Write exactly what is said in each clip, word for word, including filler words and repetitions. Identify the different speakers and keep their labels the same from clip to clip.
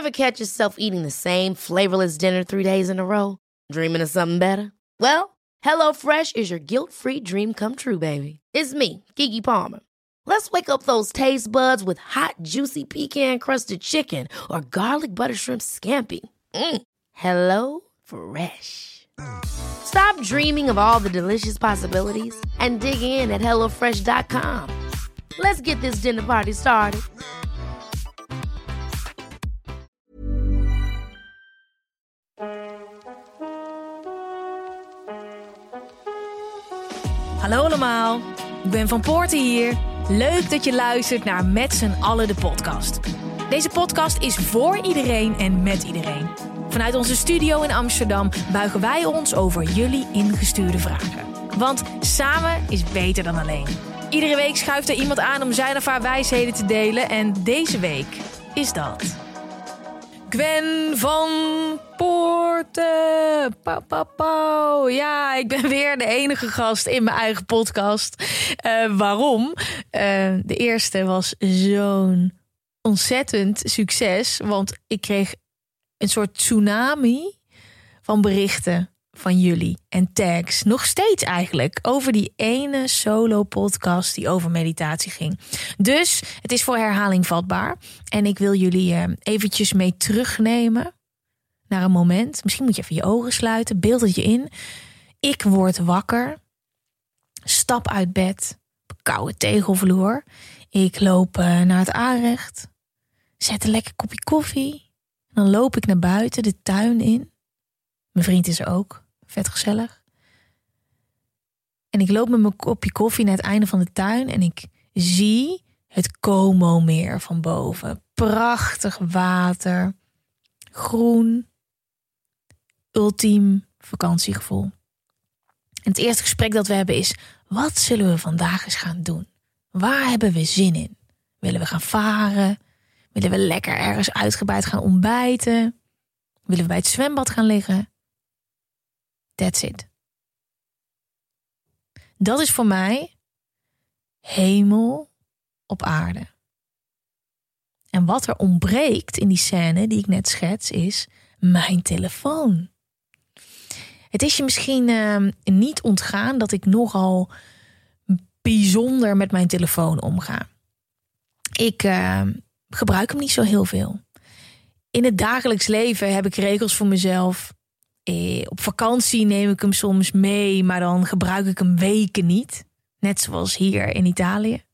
Speaker 1: Ever catch yourself eating the same flavorless dinner three days in a row? Dreaming of something better? Well, HelloFresh is your guilt-free dream come true, baby. It's me, Keke Palmer. Let's wake up those taste buds with hot, juicy pecan-crusted chicken or garlic butter shrimp scampi. Mm. Hello Fresh. Stop dreaming of all the delicious possibilities and dig in at hello fresh dot com. Let's get this dinner party started.
Speaker 2: Hallo allemaal, ik ben Van Poorten hier. Leuk dat je luistert naar Met z'n allen de podcast. Deze podcast is voor iedereen en met iedereen. Vanuit onze studio in Amsterdam buigen wij ons over jullie ingestuurde vragen. Want samen is beter dan alleen. Iedere week schuift er iemand aan om zijn of haar wijsheden te delen. En deze week is dat Gwen van Poorten. Pauw, pauw, pauw. Ja, ik ben weer de enige gast in mijn eigen podcast. Uh, waarom? Uh, de eerste was zo'n ontzettend succes. Want ik kreeg een soort tsunami van berichten van jullie en tags. Nog steeds eigenlijk over die ene solo podcast die over meditatie ging. Dus het is voor herhaling vatbaar. En ik wil jullie uh, eventjes mee terugnemen naar een moment. Misschien moet je even je ogen sluiten. Beeld het je in. Ik word wakker. Stap uit bed. Op een koude tegelvloer. Ik loop uh, naar het aanrecht. Zet een lekker kopje koffie. Dan loop ik naar buiten, de tuin in. Mijn vriend is er ook. Vet gezellig. En ik loop met mijn kopje koffie naar het einde van de tuin. En ik zie het Como-meer van boven. Prachtig water. Groen. Ultiem vakantiegevoel. En het eerste gesprek dat we hebben is: wat zullen we vandaag eens gaan doen? Waar hebben we zin in? Willen we gaan varen? Willen we lekker ergens uitgebreid gaan ontbijten? Willen we bij het zwembad gaan liggen? That's it. Dat is voor mij hemel op aarde. En wat er ontbreekt in die scène die ik net schets is mijn telefoon. Het is je misschien uh, niet ontgaan dat ik nogal bijzonder met mijn telefoon omga. Ik uh, gebruik hem niet zo heel veel. In het dagelijks leven heb ik regels voor mezelf. Eh, op vakantie neem ik hem soms mee, maar dan gebruik ik hem weken niet. Net zoals hier in Italië.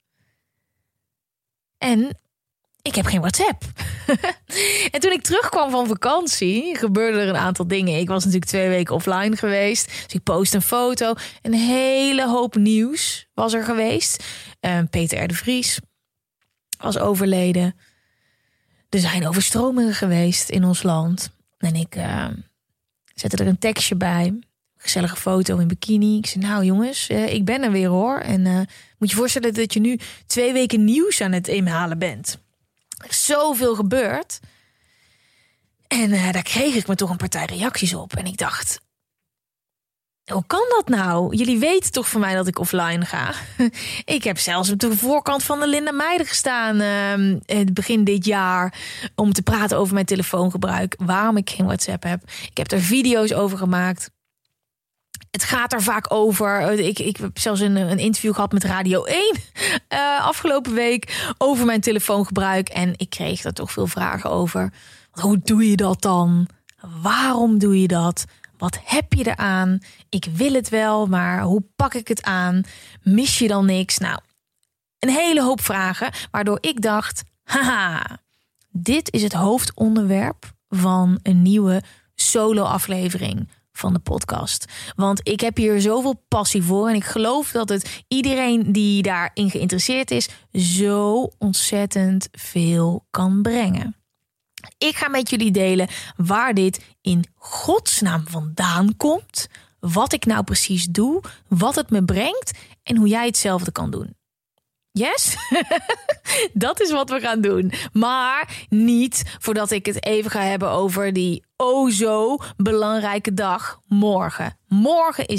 Speaker 2: En ik heb geen WhatsApp. En toen ik terugkwam van vakantie, gebeurde er een aantal dingen. Ik was natuurlijk twee weken offline geweest. Dus ik post een foto. Een hele hoop nieuws was er geweest. Uh, Peter R. de Vries was overleden. Er zijn overstromingen geweest in ons land. En ik uh, zette er een tekstje bij. Gezellige foto in bikini. Ik zei, nou jongens, uh, ik ben er weer hoor. En uh, moet je voorstellen dat je nu twee weken nieuws aan het inhalen bent. Er is zoveel gebeurd. En uh, daar kreeg ik me toch een partij reacties op. En ik dacht, hoe kan dat nou? Jullie weten toch van mij dat ik offline ga? Ik heb zelfs op de voorkant van de Linda Meijer gestaan. Uh, begin dit jaar. Om te praten over mijn telefoongebruik. Waarom ik geen WhatsApp heb. Ik heb er video's over gemaakt. Het gaat er vaak over. Ik, ik heb zelfs een, een interview gehad met Radio één uh, afgelopen week over mijn telefoongebruik. En ik kreeg er toch veel vragen over. Hoe doe je dat dan? Waarom doe je dat? Wat heb je eraan? Ik wil het wel, maar hoe pak ik het aan? Mis je dan niks? Nou, een hele hoop vragen. Waardoor ik dacht, haha, dit is het hoofdonderwerp van een nieuwe solo-aflevering van de podcast. Want ik heb hier zoveel passie voor. En ik geloof dat het iedereen die daarin geïnteresseerd is zo ontzettend veel kan brengen. Ik ga met jullie delen waar dit in godsnaam vandaan komt. Wat ik nou precies doe. Wat het me brengt. En hoe jij hetzelfde kan doen. Yes? Dat is wat we gaan doen. Maar niet voordat ik het even ga hebben over die o zo belangrijke dag morgen. Morgen is het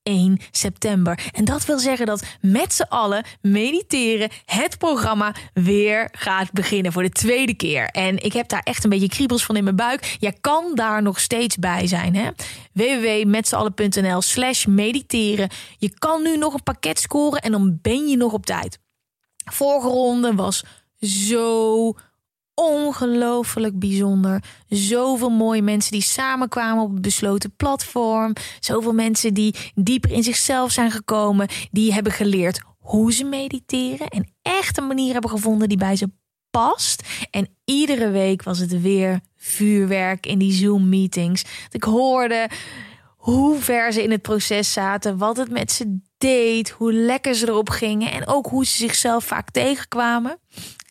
Speaker 2: één september. En dat wil zeggen dat met z'n allen mediteren het programma weer gaat beginnen voor de tweede keer. En ik heb daar echt een beetje kriebels van in mijn buik. Jij kan daar nog steeds bij zijn. Hè? w w w punt met z'n allen punt n l slash mediteren. Je kan nu nog een pakket scoren en dan ben je nog op tijd. Vorige ronde was zo ongelooflijk bijzonder. Zoveel mooie mensen die samenkwamen op het besloten platform. Zoveel mensen die dieper in zichzelf zijn gekomen. Die hebben geleerd hoe ze mediteren. En echt een manier hebben gevonden die bij ze past. En iedere week was het weer vuurwerk in die Zoom-meetings. Ik hoorde hoe ver ze in het proces zaten. Wat het met ze deed. Hoe lekker ze erop gingen. En ook hoe ze zichzelf vaak tegenkwamen.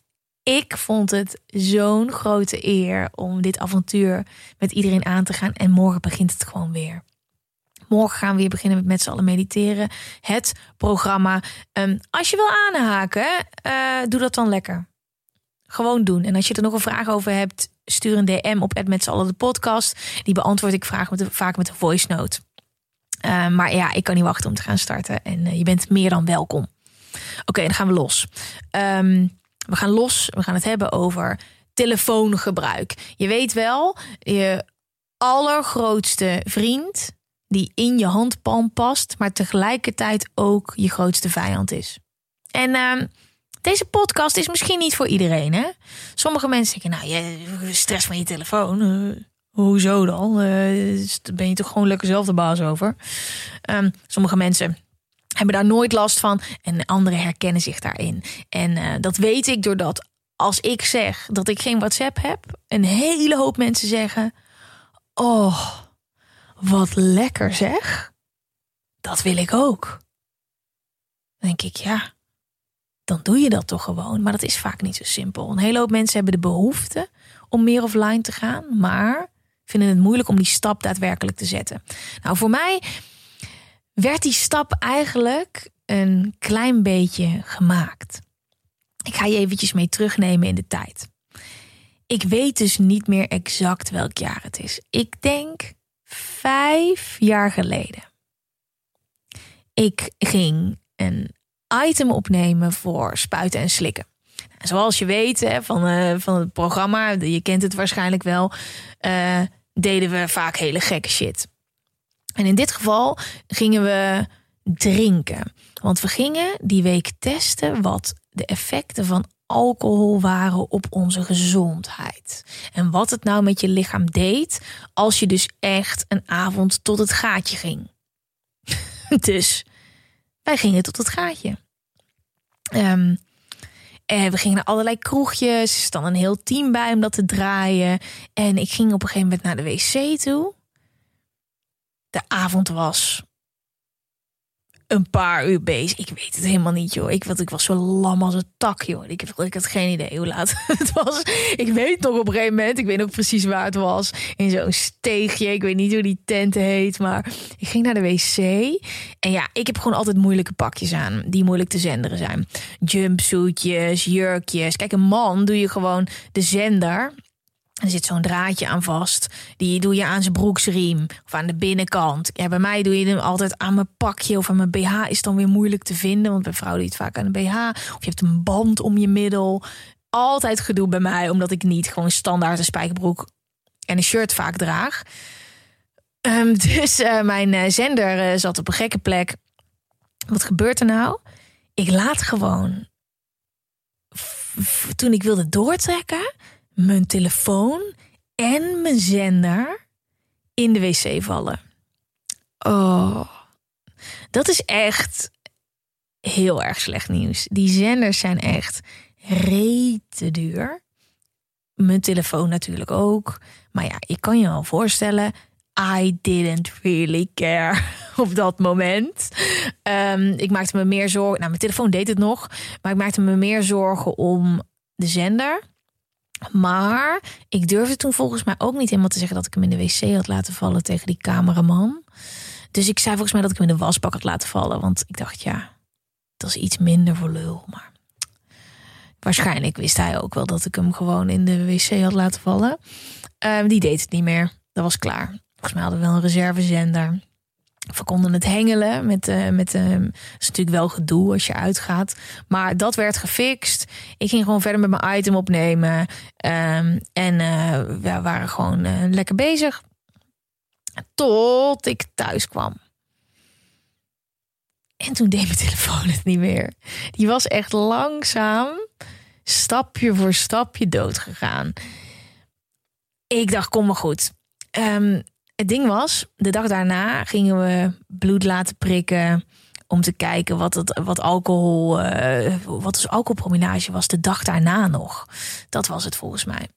Speaker 2: Ik vond het zo'n grote eer om dit avontuur met iedereen aan te gaan. En morgen begint het gewoon weer. Morgen gaan we weer beginnen met met z'n allen mediteren. Het programma. Um, als je wil aanhaken, uh, doe dat dan lekker. Gewoon doen. En als je er nog een vraag over hebt, stuur een D M op met z'n allen de podcast. Die beantwoord ik vraag met de, vaak met een voice note. Uh, maar ja, ik kan niet wachten om te gaan starten. En uh, je bent meer dan welkom. Oké, okay, dan gaan we los. Um, We gaan los, we gaan het hebben over telefoongebruik. Je weet wel, je allergrootste vriend die in je handpalm past, maar tegelijkertijd ook je grootste vijand is. En uh, deze podcast is misschien niet voor iedereen. Hè? Sommige mensen denken, nou, je stress van je telefoon. Uh, hoezo dan? Uh, daar ben je toch gewoon lekker zelf de baas over. Um, sommige mensen hebben daar nooit last van en anderen herkennen zich daarin. En uh, dat weet ik doordat als ik zeg dat ik geen WhatsApp heb, een hele hoop mensen zeggen, oh, wat lekker zeg. Dat wil ik ook. Dan denk ik, ja, dan doe je dat toch gewoon. Maar dat is vaak niet zo simpel. Een hele hoop mensen hebben de behoefte om meer offline te gaan, maar vinden het moeilijk om die stap daadwerkelijk te zetten. Nou, voor mij werd die stap eigenlijk een klein beetje gemaakt. Ik ga je eventjes mee terugnemen in de tijd. Ik weet dus niet meer exact welk jaar het is. Ik denk vijf jaar geleden. Ik ging een item opnemen voor spuiten en slikken. Zoals je weet hè, van, uh, van het programma, je kent het waarschijnlijk wel, uh, deden we vaak hele gekke shit. En in dit geval gingen we drinken. Want we gingen die week testen wat de effecten van alcohol waren op onze gezondheid. En wat het nou met je lichaam deed als je dus echt een avond tot het gaatje ging. Dus wij gingen tot het gaatje. Um, en we gingen naar allerlei kroegjes. Er stond een heel team bij om dat te draaien. En ik ging op een gegeven moment naar de wc toe. De avond was een paar uur bezig. Ik weet het helemaal niet, joh. Ik, ik was zo lam als een tak, joh. Ik, ik had geen idee hoe laat het was. Ik weet nog op een gegeven moment, ik weet nog precies waar het was. In zo'n steegje. Ik weet niet hoe die tent heet, maar ik ging naar de wc. En ja, ik heb gewoon altijd moeilijke pakjes aan die moeilijk te zenderen zijn. Jumpsuitjes, jurkjes. Kijk, een man doe je gewoon de zender. Er zit zo'n draadje aan vast. Die doe je aan zijn broeksriem of aan de binnenkant. Ja, bij mij doe je hem altijd aan mijn pakje of aan mijn B H. Is dan weer moeilijk te vinden, want bij vrouwen doe je het vaak aan de B H. Of je hebt een band om je middel. Altijd gedoe bij mij, omdat ik niet gewoon standaard een spijkerbroek en een shirt vaak draag. Um, dus uh, mijn uh, zender uh, zat op een gekke plek. Wat gebeurt er nou? Ik laat gewoon, f- f- toen ik wilde doortrekken, mijn telefoon en mijn zender in de wc vallen. Oh, dat is echt heel erg slecht nieuws. Die zenders zijn echt rete duur. Mijn telefoon natuurlijk ook. Maar ja, je kan je wel voorstellen, I didn't really care op dat moment. Um, ik maakte me meer zorgen. Nou, mijn telefoon deed het nog. Maar ik maakte me meer zorgen om de zender. Maar ik durfde toen volgens mij ook niet helemaal te zeggen dat ik hem in de wc had laten vallen tegen die cameraman. Dus ik zei volgens mij dat ik hem in de wasbak had laten vallen. Want ik dacht, ja, dat is iets minder voor lul. Maar waarschijnlijk wist hij ook wel dat ik hem gewoon in de wc had laten vallen. Um, die deed het niet meer. Dat was klaar. Volgens mij hadden we wel een reservezender. We konden het hengelen. Met, uh, met, uh, dat is natuurlijk wel gedoe als je uitgaat. Maar dat werd gefixt. Ik ging gewoon verder met mijn item opnemen. Um, en uh, we waren gewoon uh, lekker bezig. Tot ik thuis kwam. En toen deed mijn telefoon het niet meer. Die was echt langzaam, stapje voor stapje doodgegaan. Ik dacht, kom maar goed. Um, het ding was, de dag daarna gingen we bloed laten prikken om te kijken wat, het, wat alcohol, uh, wat dus alcoholpromillage was de dag daarna nog. Dat was het volgens mij.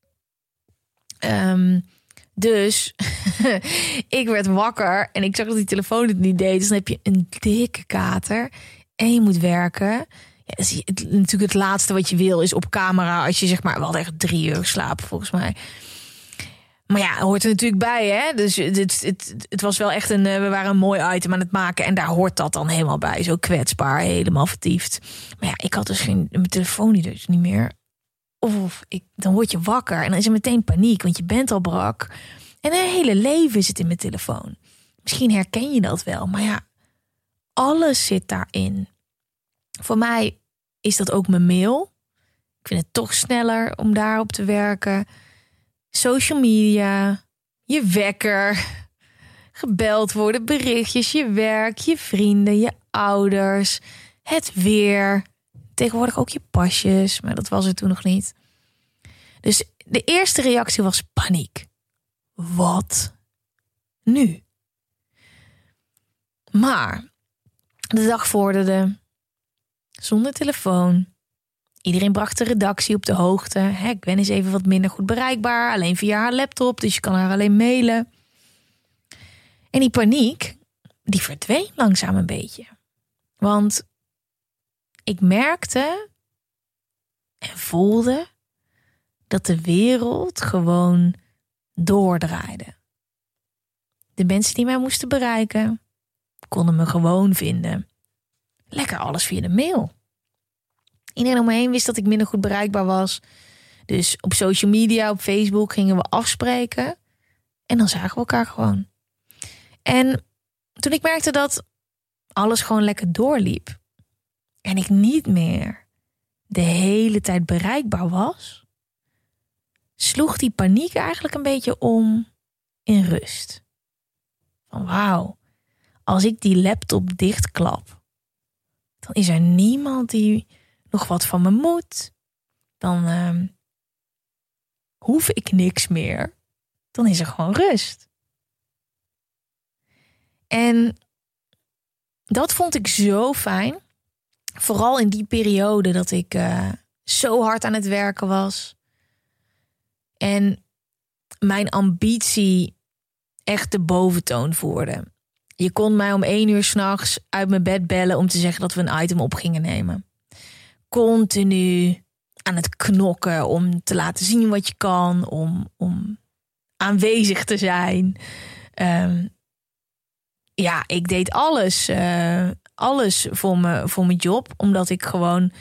Speaker 2: Um, dus ik werd wakker en ik zag dat die telefoon het niet deed. Dus dan heb je een dikke kater en je moet werken. Ja, dus het, natuurlijk het laatste wat je wil is op camera als je zeg maar, we hadden echt drie uur slapen volgens mij. Maar ja, hoort er natuurlijk bij, hè? Dus het, het, het, het was wel echt een... We waren een mooi item aan het maken en daar hoort dat dan helemaal bij. Zo kwetsbaar, helemaal vertiefd. Maar ja, ik had dus geen... Mijn telefoon niet, dus niet meer. Of ik, dan word je wakker en dan is er meteen paniek, want je bent al brak. En een hele leven zit in mijn telefoon. Misschien herken je dat wel, maar ja, alles zit daarin. Voor mij is dat ook mijn mail. Ik vind het toch sneller om daarop te werken. Social media, je wekker, gebeld worden, berichtjes, je werk, je vrienden, je ouders, het weer. Tegenwoordig ook je pasjes, maar dat was er toen nog niet. Dus de eerste reactie was paniek. Wat nu? Maar de dag vorderde, zonder telefoon. Iedereen bracht de redactie op de hoogte. Hè, Gwen is even wat minder goed bereikbaar, alleen via haar laptop, dus je kan haar alleen mailen. En die paniek, die verdween langzaam een beetje. Want ik merkte en voelde dat de wereld gewoon doordraaide. De mensen die mij moesten bereiken, konden me gewoon vinden. Lekker alles via de mail. Iedereen om me heen wist dat ik minder goed bereikbaar was. Dus op social media, op Facebook gingen we afspreken. En dan zagen we elkaar gewoon. En toen ik merkte dat alles gewoon lekker doorliep. En ik niet meer de hele tijd bereikbaar was, sloeg die paniek eigenlijk een beetje om in rust. Van wauw, als ik die laptop dichtklap, dan is er niemand die nog wat van me moet. Dan uh, hoef ik niks meer. Dan is er gewoon rust. En dat vond ik zo fijn. Vooral in die periode dat ik uh, zo hard aan het werken was. En mijn ambitie echt de boventoon voerde. Je kon mij om één uur 's nachts uit mijn bed bellen om te zeggen dat we een item op gingen nemen. Continu aan het knokken om te laten zien wat je kan. Om, om aanwezig te zijn. Um, ja, ik deed alles. Uh, alles voor, me, voor mijn job. Omdat ik gewoon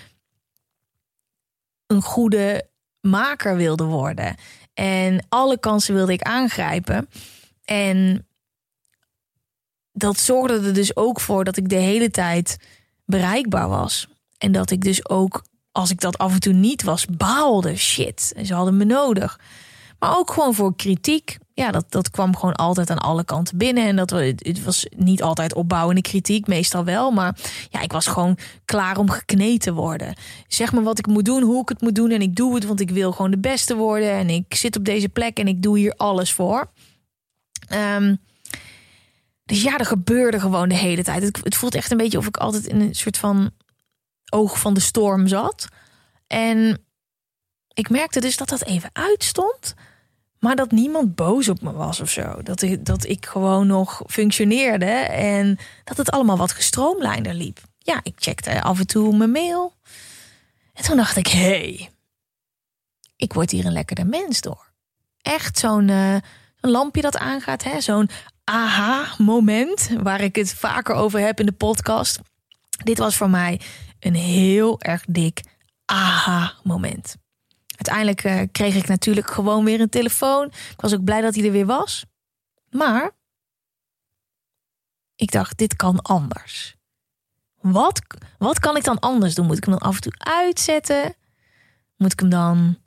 Speaker 2: een goede maker wilde worden. En alle kansen wilde ik aangrijpen. En dat zorgde er dus ook voor dat ik de hele tijd bereikbaar was. En dat ik dus ook, als ik dat af en toe niet was, baalde. Shit, ze hadden me nodig. Maar ook gewoon voor kritiek. Ja, dat, dat kwam gewoon altijd aan alle kanten binnen. En dat het was niet altijd opbouwende kritiek, meestal wel. Maar ja, ik was gewoon klaar om gekneed te worden. Zeg me wat ik moet doen, hoe ik het moet doen. En ik doe het, want ik wil gewoon de beste worden. En ik zit op deze plek en ik doe hier alles voor. Um, dus ja, er gebeurde gewoon de hele tijd. Het, het voelt echt een beetje of ik altijd in een soort van oog van de storm zat. En ik merkte dus dat dat even uitstond. Maar dat niemand boos op me was of zo. Dat ik, dat ik gewoon nog functioneerde. En dat het allemaal wat gestroomlijnder liep. Ja, ik checkte af en toe mijn mail. En toen dacht ik, hé, hey, ik word hier een lekkerder mens door. Echt zo'n, uh, zo'n lampje dat aangaat. Hè? Zo'n aha-moment. Waar ik het vaker over heb in de podcast. Dit was voor mij een heel erg dik aha-moment. Uiteindelijk uh, kreeg ik natuurlijk gewoon weer een telefoon. Ik was ook blij dat hij er weer was. Maar Ik dacht, dit kan anders. Wat, wat kan ik dan anders doen? Moet ik hem dan af en toe uitzetten? Moet ik hem dan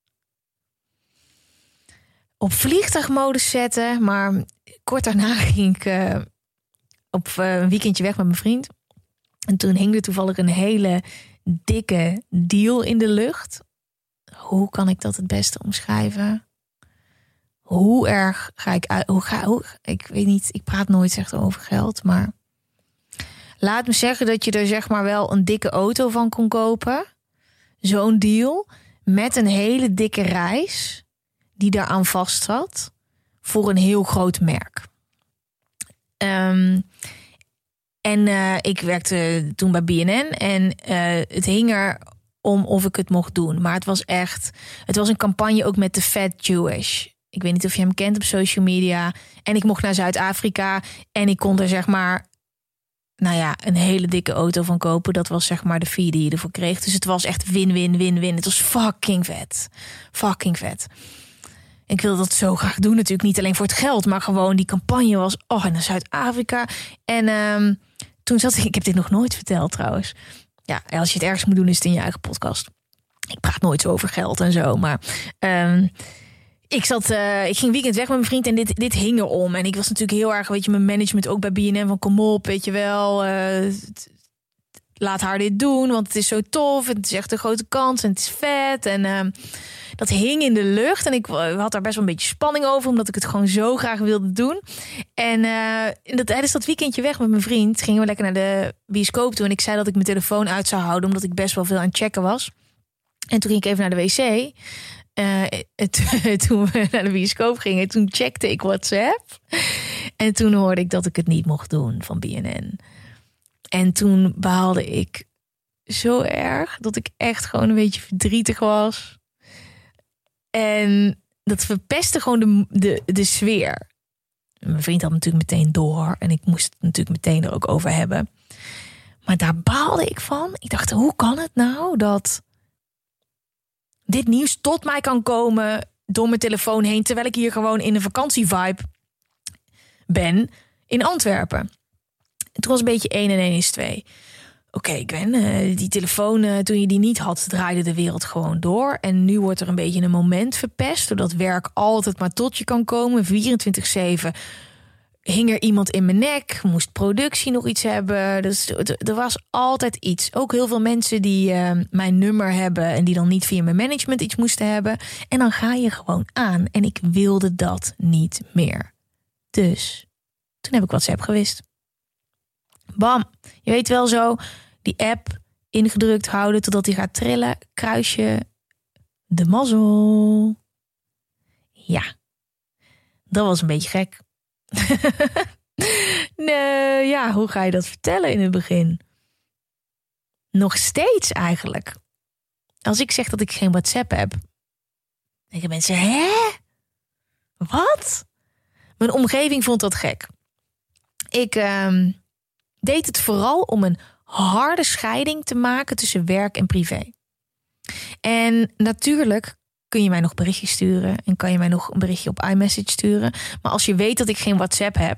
Speaker 2: op vliegtuigmodus zetten? Maar kort daarna ging ik uh, op uh, een weekendje weg met mijn vriend. En toen hing er toevallig een hele dikke deal in de lucht. Hoe kan ik dat het beste omschrijven? Hoe erg ga ik uit? Hoe ga, hoe, ik weet niet, ik praat nooit echt over geld, maar laat me zeggen dat je er zeg maar wel een dikke auto van kon kopen. Zo'n deal met een hele dikke reis die daaraan vast zat voor een heel groot merk. Um, en uh, ik werkte toen bij B N N en uh, het hing er om of ik het mocht doen. Maar het was echt, het was een campagne ook met de Fat Jewish. Ik weet niet of je hem kent op social media. En ik mocht naar Zuid-Afrika en ik kon er zeg maar, nou ja, een hele dikke auto van kopen. Dat was zeg maar de fee die je ervoor kreeg. Dus het was echt win-win-win-win. Het was fucking vet. Fucking vet. Ik wilde dat zo graag doen. Natuurlijk niet alleen voor het geld, maar gewoon die campagne was, oh, en naar Zuid-Afrika. En um, toen zat ik, ik heb dit nog nooit verteld trouwens. Ja, als je het ergens moet doen, is het in je eigen podcast. Ik praat nooit zo over geld en zo, maar um, ik zat, uh, ik ging weekend weg met mijn vriend en dit, dit hing erom. En ik was natuurlijk heel erg, weet je, mijn management ook bij B N N van kom op, weet je wel, uh, laat haar dit doen, want het is zo tof. En het is echt een grote kans en het is vet. En uh, dat hing in de lucht en ik had daar best wel een beetje spanning over, omdat ik het gewoon zo graag wilde doen. En uh, dat, tijdens dat weekendje weg met mijn vriend gingen we lekker naar de bioscoop toe. En ik zei dat ik mijn telefoon uit zou houden, omdat ik best wel veel aan het checken was. En toen ging ik even naar de wc. Uh, t- toen we naar de bioscoop gingen, toen checkte ik WhatsApp. En toen hoorde ik dat ik het niet mocht doen van B N N. En toen baalde ik zo erg dat ik echt gewoon een beetje verdrietig was. En dat verpestte gewoon de, de, de sfeer. Mijn vriend had natuurlijk meteen door. En ik moest het natuurlijk meteen er ook over hebben. Maar daar baalde ik van. Ik dacht, hoe kan het nou dat dit nieuws tot mij kan komen door mijn telefoon heen, terwijl ik hier gewoon in een vakantievibe ben in Antwerpen. Het was een beetje één en één is twee. Oké, okay, Gwen, uh, die telefoon, uh, toen je die niet had, draaide de wereld gewoon door. En nu wordt er een beetje een moment verpest, doordat werk altijd maar tot je kan komen. vierentwintig zeven hing er iemand in mijn nek, moest productie nog iets hebben. Dus er was altijd iets. Ook heel veel mensen die uh, mijn nummer hebben en die dan niet via mijn management iets moesten hebben. En dan ga je gewoon aan. En ik wilde dat niet meer. Dus toen heb ik WhatsApp gewist. Bam, je weet wel zo, die app ingedrukt houden totdat hij gaat trillen. Kruisje de mazzel. Ja, dat was een beetje gek. Nee, ja, hoe ga je dat vertellen in het begin? Nog steeds eigenlijk. Als ik zeg dat ik geen WhatsApp heb, denken mensen, hè? Wat? Mijn omgeving vond dat gek. Ik uh, deed het vooral om een harde scheiding te maken tussen werk en privé. En natuurlijk kun je mij nog berichtjes sturen en kan je mij nog een berichtje op iMessage sturen. Maar als je weet dat ik geen WhatsApp heb,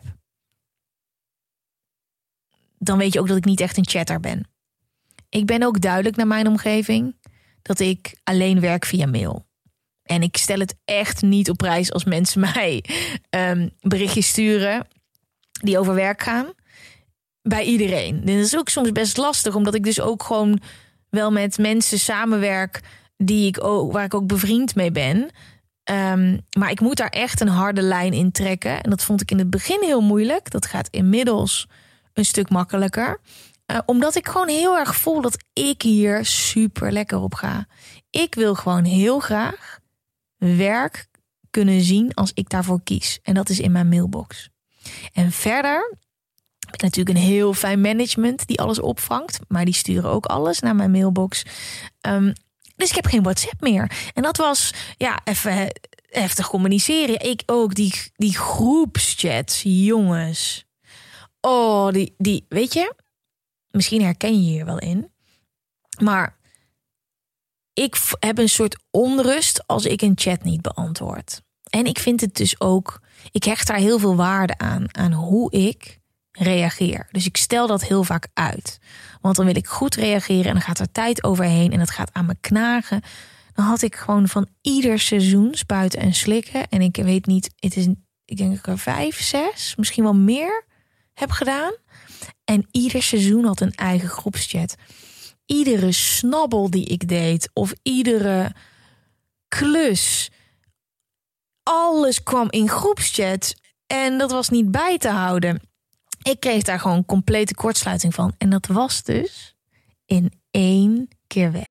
Speaker 2: dan weet je ook dat ik niet echt een chatter ben. Ik ben ook duidelijk naar mijn omgeving dat ik alleen werk via mail. En ik stel het echt niet op prijs als mensen mij um, berichtjes sturen die over werk gaan. Bij iedereen. En dat is ook soms best lastig, omdat ik dus ook gewoon wel met mensen samenwerk die ik ook, waar ik ook bevriend mee ben. Um, maar ik moet daar echt een harde lijn in trekken. En dat vond ik in het begin heel moeilijk. Dat gaat inmiddels een stuk makkelijker. Uh, omdat ik gewoon heel erg voel dat ik hier super lekker op ga. Ik wil gewoon heel graag werk kunnen zien als ik daarvoor kies. En dat is in mijn mailbox. En verder heb ik natuurlijk een heel fijn management die alles opvangt. Maar die sturen ook alles naar mijn mailbox. Um, dus ik heb geen WhatsApp meer. En dat was, ja, even heftig communiceren. Ik ook, die, die groepschats, jongens. Oh, die, die, weet je, misschien herken je hier wel in. Maar ik heb een soort onrust als ik een chat niet beantwoord. En ik vind het dus ook, ik hecht daar heel veel waarde aan. Aan hoe ik reageer. Dus ik stel dat heel vaak uit. Want dan wil ik goed reageren en dan gaat er tijd overheen en het gaat aan me knagen. Dan had ik gewoon van ieder seizoen spuiten en slikken. En ik weet niet, het is, ik denk dat ik er vijf, zes, misschien wel meer heb gedaan. En ieder seizoen had een eigen groepschat. Iedere snabbel die ik deed of iedere klus, alles kwam in groepschat en dat was niet bij te houden. Ik kreeg daar gewoon complete kortsluiting van. En dat was dus in één keer weg.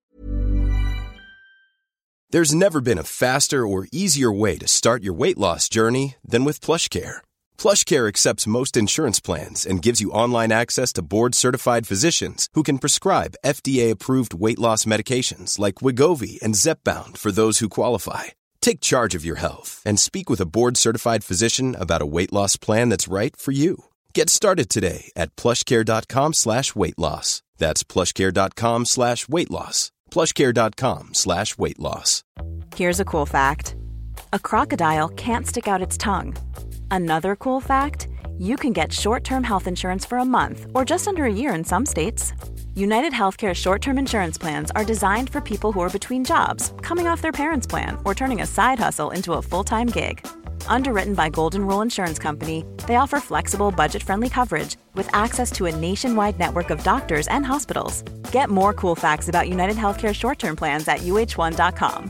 Speaker 3: There's never been a faster or easier way to start your weight loss journey than with PlushCare. PlushCare accepts most insurance plans and gives you online access to board-certified physicians who can prescribe F D A-approved weight loss medications like Wegovy and Zepbound for those who qualify. Take charge of your health and speak with a board-certified physician about a weight loss plan that's right for you. Get started today at plushcare.com slash weight loss. That's plushcare.com slash weight loss. plushcare.com slash weight loss.
Speaker 4: Here's a cool fact. A crocodile can't stick out its tongue. Another cool fact, you can get short-term health insurance for a month or just under a year in some states. United Healthcare short-term insurance plans are designed for people who are between jobs, coming off their parents' plan, or turning a side hustle into a full-time gig. Underwritten by Golden Rule Insurance Company, they offer flexible, budget-friendly coverage with access to a nationwide network of doctors and hospitals. Get more cool facts about United Healthcare short-term plans at u h one dot com.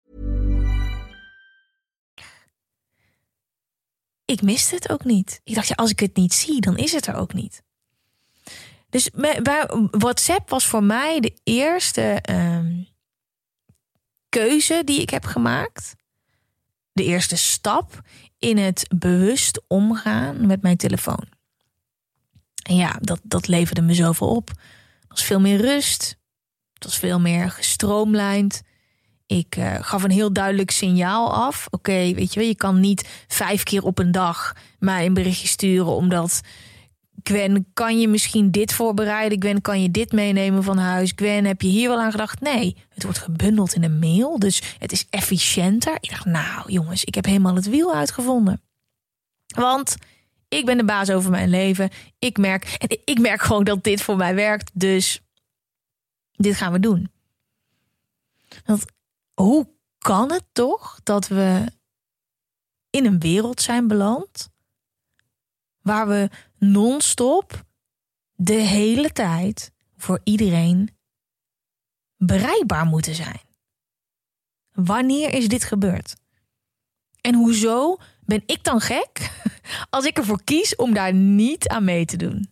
Speaker 2: Ik miste het ook niet. Ik dacht, ja, als ik het niet zie, dan is het er ook niet. Dus bij WhatsApp was voor mij de eerste um, keuze die ik heb gemaakt. De eerste stap in het bewust omgaan met mijn telefoon. En ja, dat, dat leverde me zoveel op. Het was veel meer rust. Het was veel meer gestroomlijnd. Ik uh, gaf een heel duidelijk signaal af. Oké, okay, weet je wel, je kan niet vijf keer op een dag mij een berichtje sturen, omdat Gwen, kan je misschien dit voorbereiden? Gwen, kan je dit meenemen van huis? Gwen, heb je hier wel aan gedacht? Nee, het wordt gebundeld in een mail, dus het is efficiënter. Ik dacht, nou jongens, ik heb helemaal het wiel uitgevonden. Want ik ben de baas over mijn leven. Ik merk, en ik merk gewoon dat dit voor mij werkt, dus dit gaan we doen. Want hoe kan het toch dat we in een wereld zijn beland waar we non-stop de hele tijd voor iedereen bereikbaar moeten zijn? Wanneer is dit gebeurd? En hoezo ben ik dan gek als ik ervoor kies om daar niet aan mee te doen?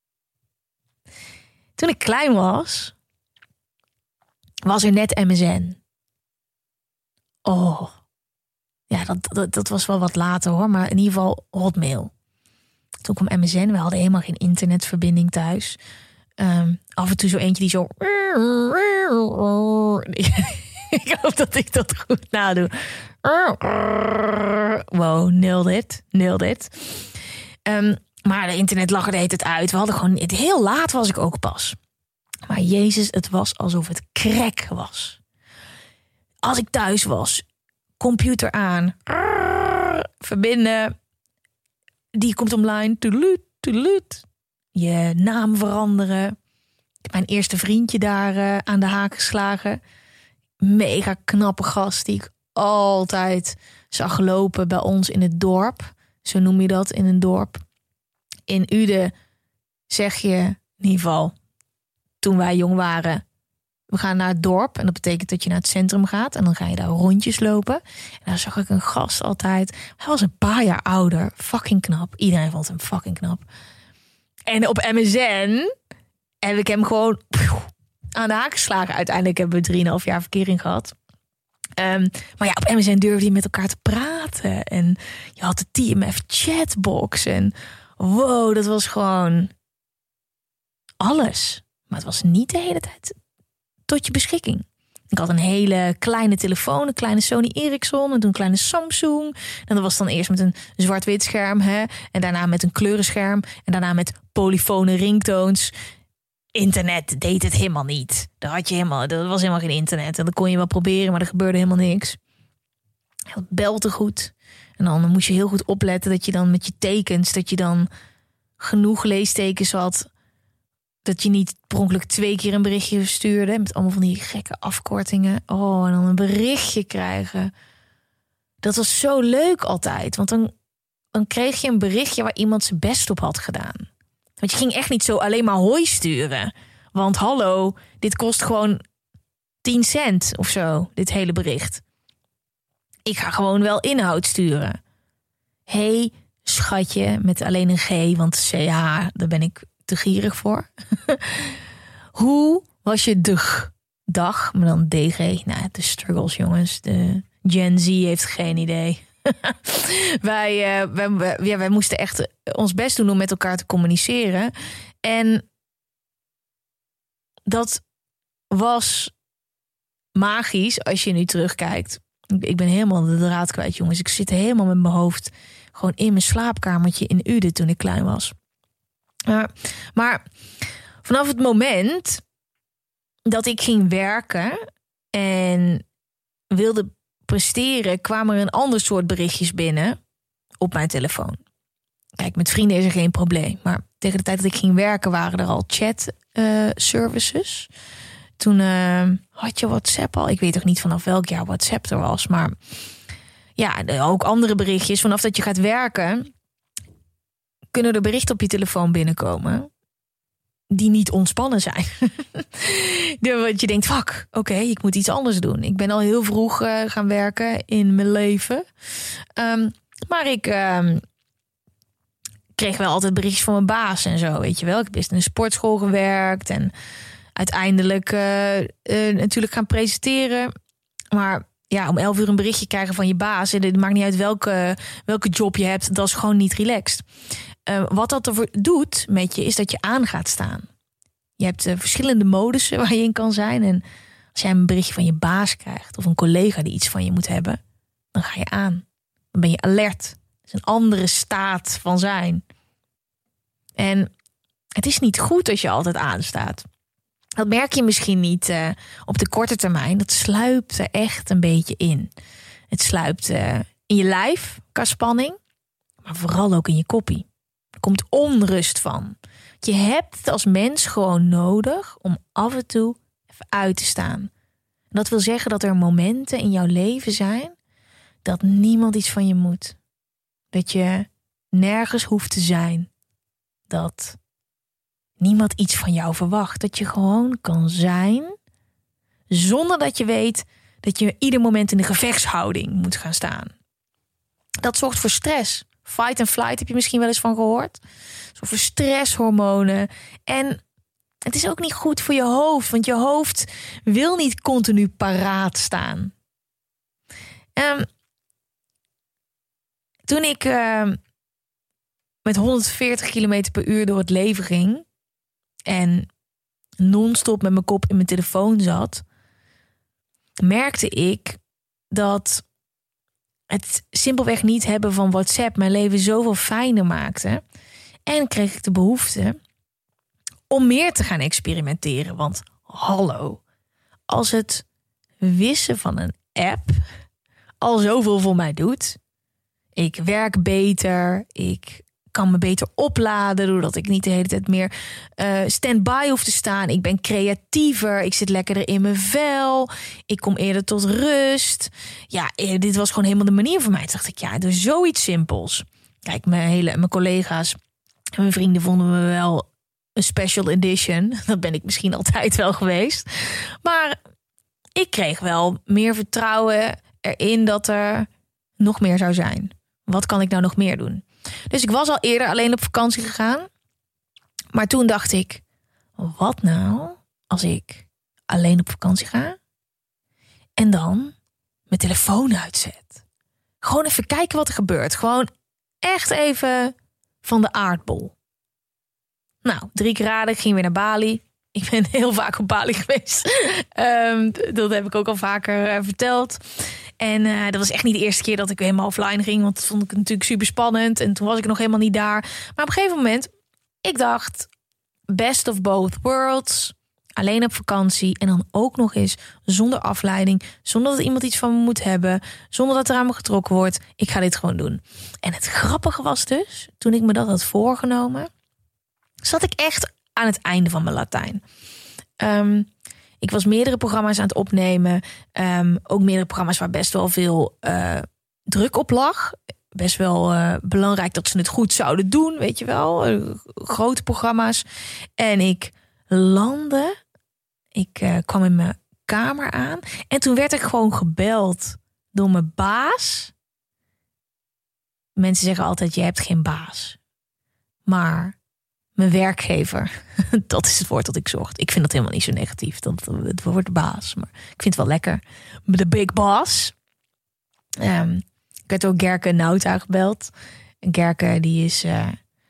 Speaker 2: Toen ik klein was, was er net M S N. Oh, ja, dat, dat, dat was wel wat later hoor, maar in ieder geval Hotmail. Toen kwam M S N, we hadden helemaal geen internetverbinding thuis. Um, af en toe zo eentje die zo... Ik hoop dat ik dat goed nadoe. Wow, nailed it, nailed it. Um, maar de internet lag er de hele tijd uit. We hadden gewoon... Het heel laat was ik ook pas. Maar Jezus, het was alsof het crack was. Als ik thuis was, computer aan, verbinden, die komt online, toedeloet, toedeloet. Je naam veranderen. Ik heb mijn eerste vriendje daar uh, aan de haak geslagen. Mega knappe gast die ik altijd zag lopen bij ons in het dorp. Zo noem je dat, in een dorp. In Uden zeg je, in ieder geval, toen wij jong waren, we gaan naar het dorp en dat betekent dat je naar het centrum gaat en dan ga je daar rondjes lopen. En daar zag ik een gast altijd. Hij was een paar jaar ouder, fucking knap. Iedereen vond hem fucking knap. En op M S N heb ik hem gewoon aan de haak geslagen. Uiteindelijk hebben we drieënhalf jaar verkering gehad. Um, maar ja, op M S N durfde je met elkaar te praten. En je had de T M F chatbox. En wow, dat was gewoon alles. Maar het was niet de hele tijd tot je beschikking. Ik had een hele kleine telefoon, een kleine Sony Ericsson en toen een kleine Samsung. En dat was dan eerst met een zwart-wit scherm, hè? En daarna met een kleurenscherm en daarna met polyfone ringtones. Internet deed het helemaal niet. Daar had je helemaal, er was helemaal geen internet en dat kon je wel proberen, maar er gebeurde helemaal niks. Het belde goed. En dan moest je heel goed opletten dat je dan met je tekens, dat je dan genoeg leestekens had dat je niet per ongeluk twee keer een berichtje stuurde met allemaal van die gekke afkortingen. Oh, en dan een berichtje krijgen. Dat was zo leuk altijd. Want dan, dan kreeg je een berichtje waar iemand zijn best op had gedaan. Want je ging echt niet zo alleen maar hoi sturen. Want hallo, dit kost gewoon tien cent of zo, dit hele bericht. Ik ga gewoon wel inhoud sturen. Hey, schatje, met alleen een G, want C H, daar ben ik te gierig voor. Hoe was je dag? Dag, maar dan D G. Nou, de struggles, jongens. De Gen Z heeft geen idee. wij, uh, wij, wij, ja, wij moesten echt ons best doen om met elkaar te communiceren. En dat was magisch als je nu terugkijkt. Ik ben helemaal de draad kwijt, jongens. Ik zit helemaal met mijn hoofd gewoon in mijn slaapkamertje in Uden toen ik klein was. Uh, maar vanaf het moment dat ik ging werken en wilde presteren, kwamen er een ander soort berichtjes binnen op mijn telefoon. Kijk, met vrienden is er geen probleem. Maar tegen de tijd dat ik ging werken waren er al chat uh, services. Toen uh, had je WhatsApp al. Ik weet ook niet vanaf welk jaar WhatsApp er was. Maar ja, ook andere berichtjes. Vanaf dat je gaat werken kunnen er berichten op je telefoon binnenkomen die niet ontspannen zijn. Want je denkt, fuck, oké, okay, ik moet iets anders doen. Ik ben al heel vroeg uh, gaan werken in mijn leven. Um, maar ik um, kreeg wel altijd berichtjes van mijn baas en zo, weet je wel. Ik heb eerst in een sportschool gewerkt en uiteindelijk uh, uh, natuurlijk gaan presenteren. Maar ja, om elf uur een berichtje krijgen van je baas, en het maakt niet uit welke, welke job je hebt, dat is gewoon niet relaxed. Uh, wat dat ervoor doet met je, is dat je aan gaat staan. Je hebt uh, verschillende modussen waar je in kan zijn. En als jij een berichtje van je baas krijgt of een collega die iets van je moet hebben, dan ga je aan. Dan ben je alert. Het is een andere staat van zijn. En het is niet goed als je altijd aanstaat. Dat merk je misschien niet uh, op de korte termijn. Dat sluipt er echt een beetje in. Het sluipt uh, in je lijf qua spanning, maar vooral ook in je koppie. Er komt onrust van. Je hebt het als mens gewoon nodig om af en toe even uit te staan. En dat wil zeggen dat er momenten in jouw leven zijn dat niemand iets van je moet. Dat je nergens hoeft te zijn. Dat niemand iets van jou verwacht. Dat je gewoon kan zijn zonder dat je weet dat je ieder moment in de gevechtshouding moet gaan staan. Dat zorgt voor stress. Fight and flight heb je misschien wel eens van gehoord. Zo voor stresshormonen. En het is ook niet goed voor je hoofd. Want je hoofd wil niet continu paraat staan. Um, toen ik uh, met honderdveertig kilometer per uur door het leven ging en non-stop met mijn kop in mijn telefoon zat, merkte ik dat het simpelweg niet hebben van WhatsApp mijn leven zoveel fijner maakte. En kreeg ik de behoefte om meer te gaan experimenteren. Want hallo, als het wissen van een app al zoveel voor mij doet. Ik werk beter, ik kan me beter opladen doordat ik niet de hele tijd meer uh, stand-by hoef te staan. Ik ben creatiever, ik zit lekkerder in mijn vel, ik kom eerder tot rust. Ja, dit was gewoon helemaal de manier voor mij. Toen dacht ik, ja, door zoiets simpels. Kijk, mijn, hele, mijn collega's en mijn vrienden vonden me wel een special edition. Dat ben ik misschien altijd wel geweest. Maar ik kreeg wel meer vertrouwen erin dat er nog meer zou zijn. Wat kan ik nou nog meer doen? Dus ik was al eerder alleen op vakantie gegaan. Maar toen dacht ik, wat nou als ik alleen op vakantie ga en dan mijn telefoon uitzet? Gewoon even kijken wat er gebeurt. Gewoon echt even van de aardbol. Nou, drie keer raden, ik ging weer naar Bali. Ik ben heel vaak op Bali geweest. um, dat heb ik ook al vaker uh, verteld. En uh, dat was echt niet de eerste keer dat ik helemaal offline ging. Want dat vond ik natuurlijk super spannend. En toen was ik nog helemaal niet daar. Maar op een gegeven moment, ik dacht, best of both worlds. Alleen op vakantie. En dan ook nog eens zonder afleiding. Zonder dat iemand iets van me moet hebben. Zonder dat er aan me getrokken wordt. Ik ga dit gewoon doen. En het grappige was dus, toen ik me dat had voorgenomen, zat ik echt aan het einde van mijn Latijn. Um, ik was meerdere programma's aan het opnemen. Um, ook meerdere programma's waar best wel veel uh, druk op lag. Best wel uh, belangrijk dat ze het goed zouden doen, weet je wel. Uh, grote programma's. En ik landde. Ik uh, kwam in mijn kamer aan. En toen werd ik gewoon gebeld door mijn baas. Mensen zeggen altijd, je hebt geen baas. Maar mijn werkgever, dat is het woord dat ik zocht. Ik vind dat helemaal niet zo negatief, dat, het woord baas. Maar ik vind het wel lekker. De big boss. Um, ik werd ook Gerke Nauta gebeld. Gerke die is uh,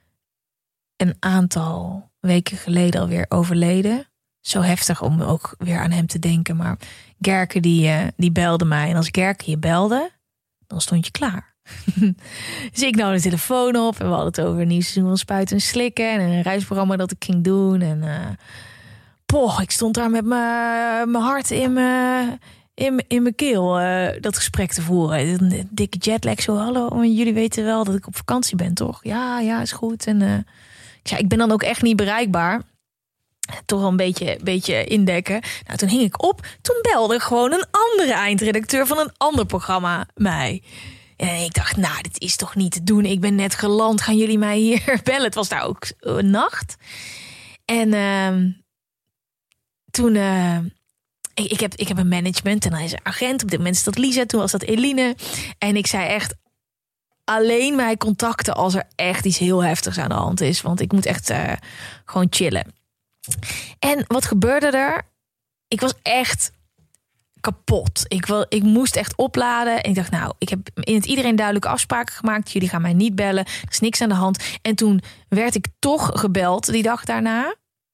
Speaker 2: een aantal weken geleden alweer overleden. Zo heftig om ook weer aan hem te denken. Maar Gerke die, uh, die belde mij. En als Gerke je belde, dan stond je klaar. Dus ik nam de telefoon op en we hadden het over een nieuw seizoen van Spuiten en Slikken en een reisprogramma dat ik ging doen. En uh, poh, ik stond daar met mijn hart in mijn in, in mijn keel uh, dat gesprek te voeren. Een dikke jetlag, zo hallo, jullie weten wel dat ik op vakantie ben, toch? Ja, ja, is goed. En uh, ik zei, ik ben dan ook echt niet bereikbaar. Toch wel een beetje, beetje indekken. Nou, toen hing ik op. Toen belde gewoon een andere eindredacteur van een ander programma mij. En ik dacht, nou, dit is toch niet te doen. Ik ben net geland. Gaan jullie mij hier bellen? Het was daar ook een nacht. En uh, toen... Uh, ik, ik, heb, ik heb een management en hij is een agent. Op dit moment is dat Lisa. Toen was dat Eline. En ik zei echt... alleen mij contacten als er echt iets heel heftigs aan de hand is. Want ik moet echt uh, gewoon chillen. En wat gebeurde er? Ik was echt... kapot. Ik, wil, ik moest echt opladen. En ik dacht, nou, ik heb in het iedereen duidelijke afspraken gemaakt. Jullie gaan mij niet bellen. Er is niks aan de hand. En toen werd ik toch gebeld die dag daarna.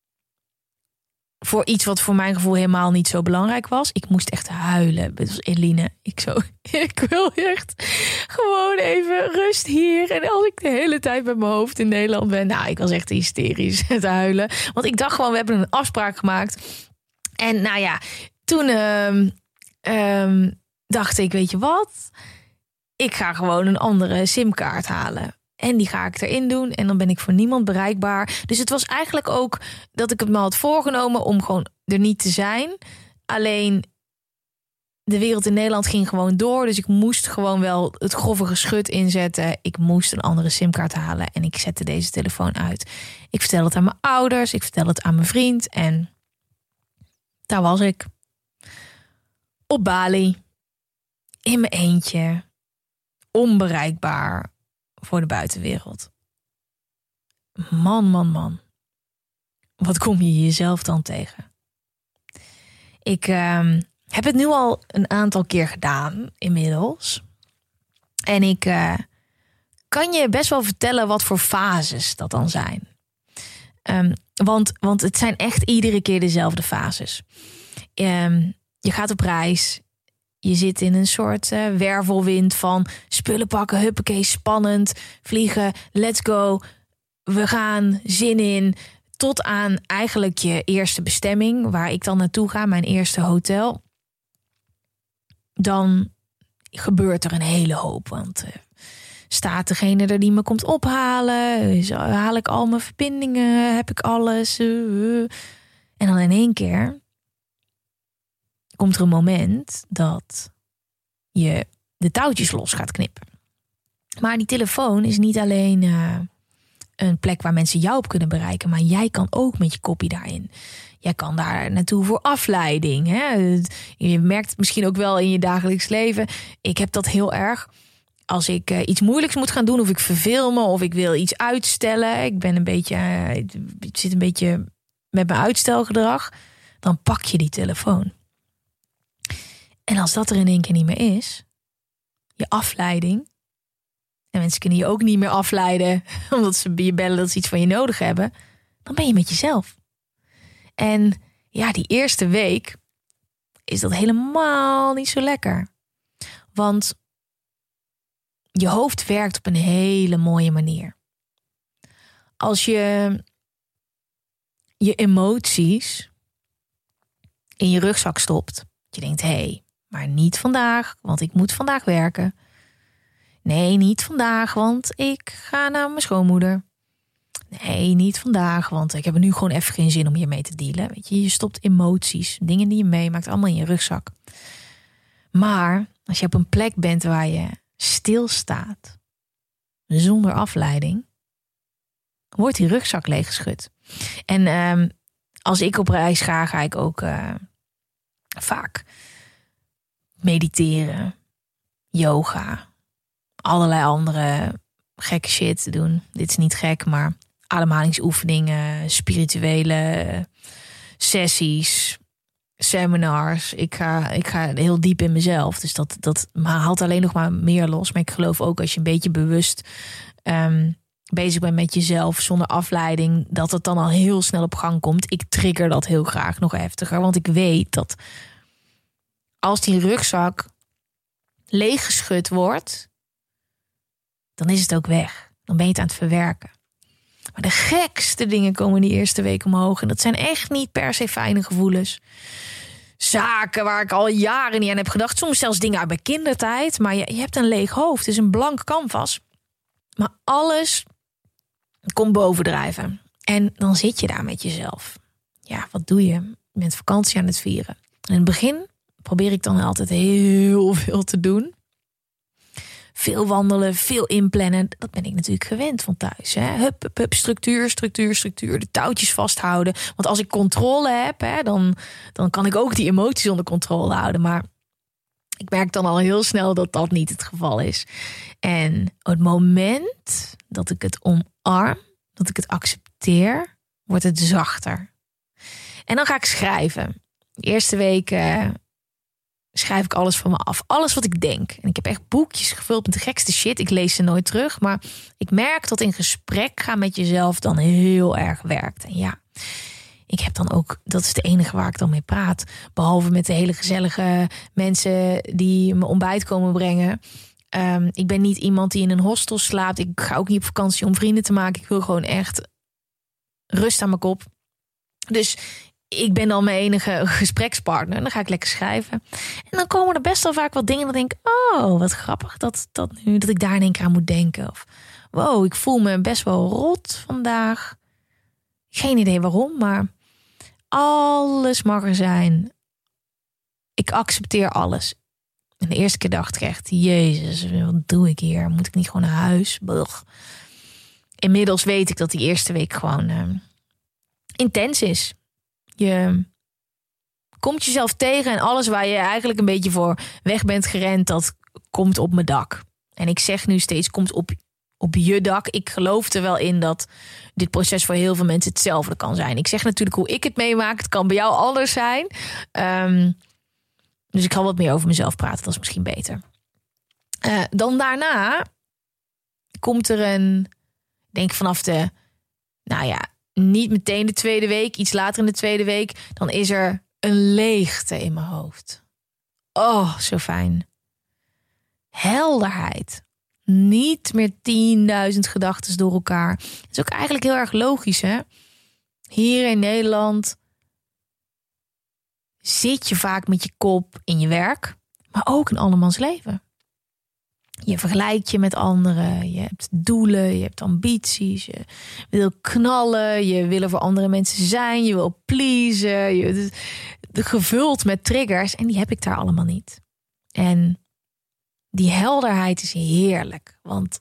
Speaker 2: Voor iets wat voor mijn gevoel helemaal niet zo belangrijk was. Ik moest echt huilen. Het was Eline. Ik zo, ik wil echt gewoon even rust hier. En als ik de hele tijd met mijn hoofd in Nederland ben. Nou, ik was echt hysterisch te huilen. Want ik dacht gewoon, we hebben een afspraak gemaakt. En nou ja... Toen uh, uh, dacht ik, weet je wat? Ik ga gewoon een andere simkaart halen. En die ga ik erin doen. En dan ben ik voor niemand bereikbaar. Dus het was eigenlijk ook dat ik het me had voorgenomen om gewoon er niet te zijn. Alleen de wereld in Nederland ging gewoon door. Dus ik moest gewoon wel het grove geschut inzetten. Ik moest een andere simkaart halen. En ik zette deze telefoon uit. Ik vertelde het aan mijn ouders. Ik vertelde het aan mijn vriend. En daar was ik. Op Bali, in mijn eentje, onbereikbaar voor de buitenwereld. Man, man, man. Wat kom je jezelf dan tegen? Ik uh, heb het nu al een aantal keer gedaan, inmiddels. En ik uh, kan je best wel vertellen wat voor fases dat dan zijn. Um, want, want het zijn echt iedere keer dezelfde fases. Um, Je gaat op reis. Je zit in een soort uh, wervelwind van spullen pakken, huppakee, spannend, vliegen, let's go. We gaan, zin in, tot aan eigenlijk je eerste bestemming, waar ik dan naartoe ga, mijn eerste hotel. Dan gebeurt er een hele hoop, want uh, staat degene er die me komt ophalen? Haal ik al mijn verbindingen? Heb ik alles? Uh, uh. En dan in één keer komt er een moment dat je de touwtjes los gaat knippen. Maar die telefoon is niet alleen uh, een plek waar mensen jou op kunnen bereiken, maar jij kan ook met je kopie daarin. Jij kan daar naartoe voor afleiding. Hè? Je merkt het misschien ook wel in je dagelijks leven. Ik heb dat heel erg. Als ik uh, iets moeilijks moet gaan doen, of ik verveel me, of ik wil iets uitstellen. Ik ben een beetje, uh, ik zit een beetje met mijn uitstelgedrag. Dan pak je die telefoon. En als dat er in één keer niet meer is, je afleiding, en mensen kunnen je ook niet meer afleiden omdat ze je bellen dat ze iets van je nodig hebben, dan ben je met jezelf. En ja, die eerste week is dat helemaal niet zo lekker. Want je hoofd werkt op een hele mooie manier. Als je je emoties in je rugzak stopt, je denkt, hé, hey, maar niet vandaag, want ik moet vandaag werken. Nee, niet vandaag, want ik ga naar mijn schoonmoeder. Nee, niet vandaag, want ik heb er nu gewoon even geen zin om hiermee te dealen. Weet je, je stopt emoties, dingen die je meemaakt, allemaal in je rugzak. Maar als je op een plek bent waar je stilstaat, zonder afleiding, wordt die rugzak leeggeschud. En uh, als ik op reis ga, ga ik ook uh, vaak mediteren, yoga, allerlei andere gekke shit doen. Dit is niet gek, maar ademhalingsoefeningen, spirituele sessies, seminars. Ik ga, ik ga heel diep in mezelf. Dus dat, dat haalt alleen nog maar meer los. Maar ik geloof ook als je een beetje bewust um, bezig bent met jezelf zonder afleiding, dat het dan al heel snel op gang komt. Ik trigger dat heel graag nog heftiger. Want ik weet dat als die rugzak leeggeschud wordt, dan is het ook weg. Dan ben je het aan het verwerken. Maar de gekste dingen komen die eerste week omhoog. En dat zijn echt niet per se fijne gevoelens. Zaken waar ik al jaren niet aan heb gedacht. Soms zelfs dingen uit mijn kindertijd. Maar je, je hebt een leeg hoofd. Het is een blank canvas. Maar alles komt bovendrijven. En dan zit je daar met jezelf. Ja, wat doe je? Je bent vakantie aan het vieren. In het begin probeer ik dan altijd heel veel te doen. Veel wandelen, veel inplannen. Dat ben ik natuurlijk gewend van thuis. Hè? Hup, hup, hup, structuur, structuur, structuur. De touwtjes vasthouden. Want als ik controle heb, hè, dan, dan kan ik ook die emoties onder controle houden. Maar ik merk dan al heel snel dat dat niet het geval is. En op het moment dat ik het omarm, dat ik het accepteer, wordt het zachter. En dan ga ik schrijven. De eerste week uh, schrijf ik alles van me af. Alles wat ik denk. En ik heb echt boekjes gevuld met de gekste shit. Ik lees ze nooit terug. Maar ik merk dat in gesprek gaan met jezelf dan heel erg werkt. En ja, ik heb dan ook, dat is het enige waar ik dan mee praat. Behalve met de hele gezellige mensen die me ontbijt komen brengen. Um, ik ben niet iemand die in een hostel slaapt. Ik ga ook niet op vakantie om vrienden te maken. Ik wil gewoon echt rust aan mijn kop. Dus ik ben dan mijn enige gesprekspartner. En dan ga ik lekker schrijven. En dan komen er best wel vaak wat dingen. Dan denk ik, oh, wat grappig dat, dat, nu, dat ik daar in één keer aan moet denken. Of, wow, ik voel me best wel rot vandaag. Geen idee waarom, maar alles mag er zijn. Ik accepteer alles. En de eerste keer dacht ik echt, jezus, wat doe ik hier? Moet ik niet gewoon naar huis? Blech. Inmiddels weet ik dat die eerste week gewoon uh, intens is. Je komt jezelf tegen en alles waar je eigenlijk een beetje voor weg bent gerend, dat komt op mijn dak. En ik zeg nu steeds, komt op, op je dak. Ik geloof er wel in dat dit proces voor heel veel mensen hetzelfde kan zijn. Ik zeg natuurlijk hoe ik het meemaak. Het kan bij jou anders zijn. Um, dus ik ga wat meer over mezelf praten. Dat is misschien beter. Uh, dan daarna komt er een, denk vanaf de, nou ja, niet meteen de tweede week, iets later in de tweede week, dan is er een leegte in mijn hoofd. Oh, zo fijn. Helderheid. Niet meer tienduizend gedachten door elkaar. Dat is ook eigenlijk heel erg logisch, hè? Hier in Nederland zit je vaak met je kop in je werk, maar ook in andermans leven. Je vergelijkt je met anderen, je hebt doelen, je hebt ambities, je wil knallen, je wil er voor andere mensen zijn, je wil pleasen, je gevuld met triggers en die heb ik daar allemaal niet. En die helderheid is heerlijk, want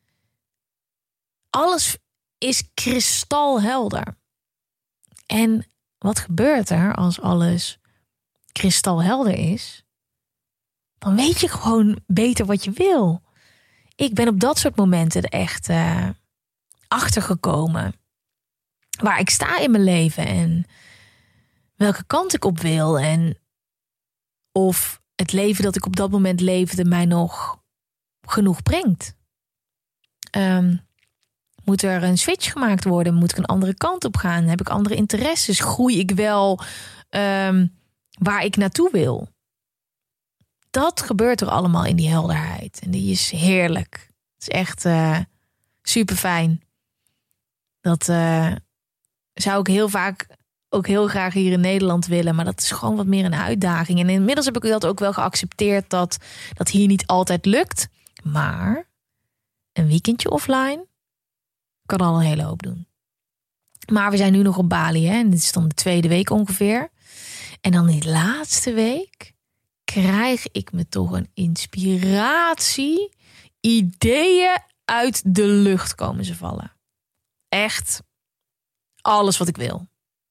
Speaker 2: alles is kristalhelder. En wat gebeurt er als alles kristalhelder is? Dan weet je gewoon beter wat je wil. Ik ben op dat soort momenten er echt uh, achtergekomen waar ik sta in mijn leven en welke kant ik op wil en of het leven dat ik op dat moment leefde mij nog genoeg brengt. Um, moet er een switch gemaakt worden? Moet ik een andere kant op gaan? Heb ik andere interesses? Groei ik wel um, waar ik naartoe wil? Dat gebeurt er allemaal in die helderheid. En die is heerlijk. Het is echt uh, super fijn. Dat uh, zou ik heel vaak ook heel graag hier in Nederland willen. Maar dat is gewoon wat meer een uitdaging. En inmiddels heb ik dat ook wel geaccepteerd dat dat hier niet altijd lukt. Maar een weekendje offline kan al een hele hoop doen. Maar we zijn nu nog op Bali. Hè? En dit is dan de tweede week ongeveer. En dan die laatste week krijg ik me toch een inspiratie. Ideeën uit de lucht komen ze vallen. Echt alles wat ik wil.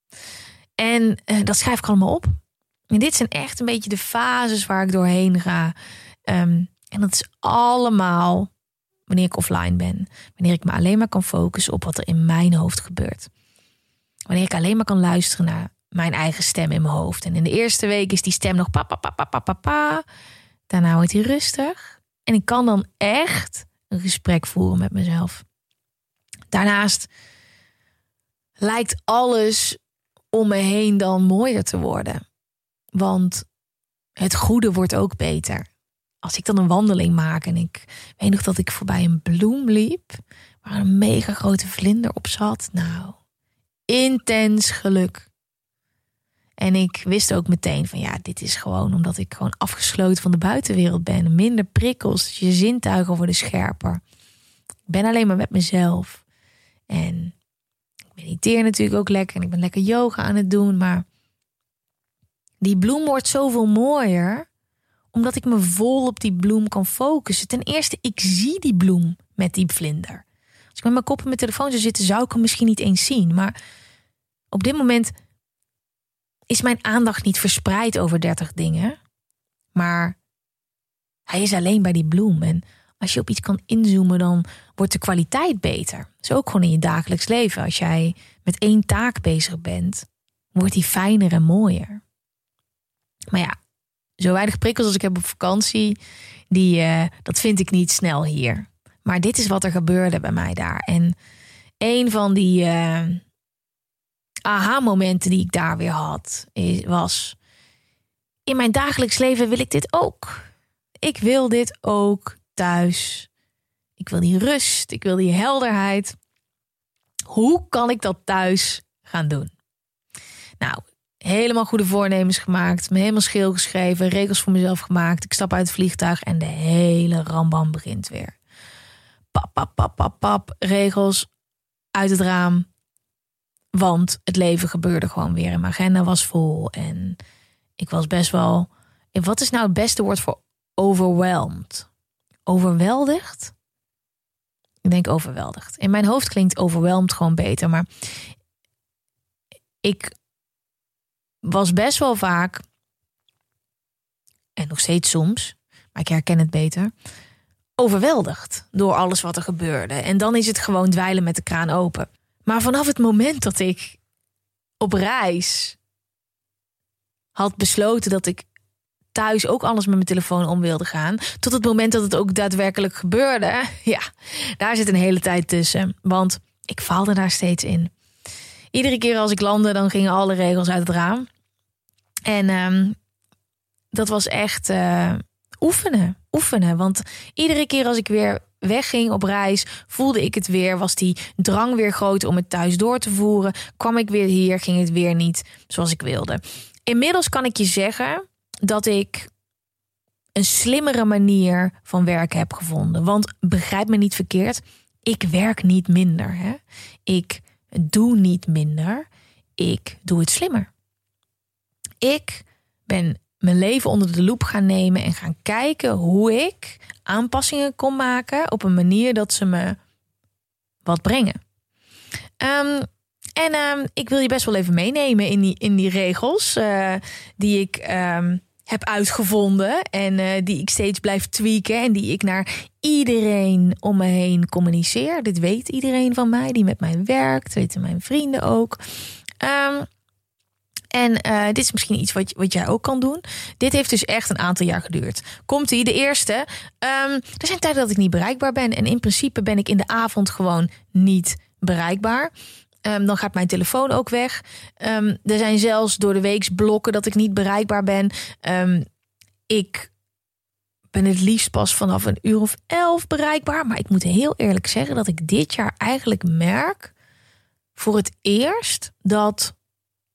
Speaker 2: En uh, dat schrijf ik allemaal op. En dit zijn echt een beetje de fases waar ik doorheen ga. Um, en dat is allemaal wanneer ik offline ben. Wanneer ik me alleen maar kan focussen op wat er in mijn hoofd gebeurt. Wanneer ik alleen maar kan luisteren naar mijn eigen stem in mijn hoofd. En in de eerste week is die stem nog pa, pa, pa, pa, pa, pa, pa. Daarna wordt hij rustig. En ik kan dan echt een gesprek voeren met mezelf. Daarnaast lijkt alles om me heen dan mooier te worden. Want het goede wordt ook beter. Als ik dan een wandeling maak en ik weet nog dat ik voorbij een bloem liep waar een mega grote vlinder op zat. Nou, intens geluk. En ik wist ook meteen van ja, dit is gewoon omdat ik gewoon afgesloten van de buitenwereld ben. Minder prikkels, dus je zintuigen worden scherper. Ik ben alleen maar met mezelf. En ik mediteer natuurlijk ook lekker en ik ben lekker yoga aan het doen. Maar die bloem wordt zoveel mooier omdat ik me vol op die bloem kan focussen. Ten eerste, ik zie die bloem met die vlinder. Als ik met mijn kop in mijn telefoon zou zitten, zou ik hem misschien niet eens zien. Maar op dit moment is mijn aandacht niet verspreid over dertig dingen. Maar hij is alleen bij die bloem. En als je op iets kan inzoomen, dan wordt de kwaliteit beter. Dat is ook gewoon in je dagelijks leven. Als jij met één taak bezig bent, wordt die fijner en mooier. Maar ja, zo weinig prikkels als ik heb op vakantie, die, uh, dat vind ik niet snel hier. Maar dit is wat er gebeurde bij mij daar. En een van die uh, aha-momenten die ik daar weer had, is, was: in mijn dagelijks leven wil ik dit ook. Ik wil dit ook thuis. Ik wil die rust, ik wil die helderheid. Hoe kan ik dat thuis gaan doen? Nou, helemaal goede voornemens gemaakt, me helemaal scheel geschreven, regels voor mezelf gemaakt. Ik stap uit het vliegtuig en de hele rambam begint weer. Pap, pap, pap, pap, pap, regels uit het raam. Want het leven gebeurde gewoon weer en mijn agenda was vol. En ik was best wel... Wat is nou het beste woord voor overwhelmed? Overweldigd? Ik denk overweldigd. In mijn hoofd klinkt overwhelmed gewoon beter. Maar ik was best wel vaak, en nog steeds soms, maar ik herken het beter, overweldigd door alles wat er gebeurde. En dan is het gewoon dweilen met de kraan open. Maar vanaf het moment dat ik op reis had besloten dat ik thuis ook alles met mijn telefoon om wilde gaan, tot het moment dat het ook daadwerkelijk gebeurde, ja, daar zit een hele tijd tussen. Want ik faalde daar steeds in. Iedere keer als ik landde, dan gingen alle regels uit het raam. En um, dat was echt uh, oefenen, oefenen. Want iedere keer als ik weer wegging op reis, voelde ik het weer. Was die drang weer groot om het thuis door te voeren. Kwam ik weer hier, ging het weer niet zoals ik wilde. Inmiddels kan ik je zeggen dat ik een slimmere manier van werken heb gevonden. Want begrijp me niet verkeerd, ik werk niet minder. Hè? Ik doe niet minder, ik doe het slimmer. Ik ben mijn leven onder de loep gaan nemen en gaan kijken hoe ik aanpassingen kon maken op een manier dat ze me wat brengen. Um, en um, ik wil je best wel even meenemen in die, in die regels uh, die ik um, heb uitgevonden en uh, die ik steeds blijf tweaken en die ik naar iedereen om me heen communiceer. Dit weet iedereen van mij die met mij werkt, weten mijn vrienden ook. Um, En uh, dit is misschien iets wat, wat jij ook kan doen. Dit heeft dus echt een aantal jaar geduurd. Komt-ie, de eerste. Um, er zijn tijden dat ik niet bereikbaar ben. En in principe ben ik in de avond gewoon niet bereikbaar. Um, dan gaat mijn telefoon ook weg. Um, er zijn zelfs door de weeks blokken dat ik niet bereikbaar ben. Um, ik ben het liefst pas vanaf een uur of elf bereikbaar. Maar ik moet heel eerlijk zeggen dat ik dit jaar eigenlijk merk voor het eerst dat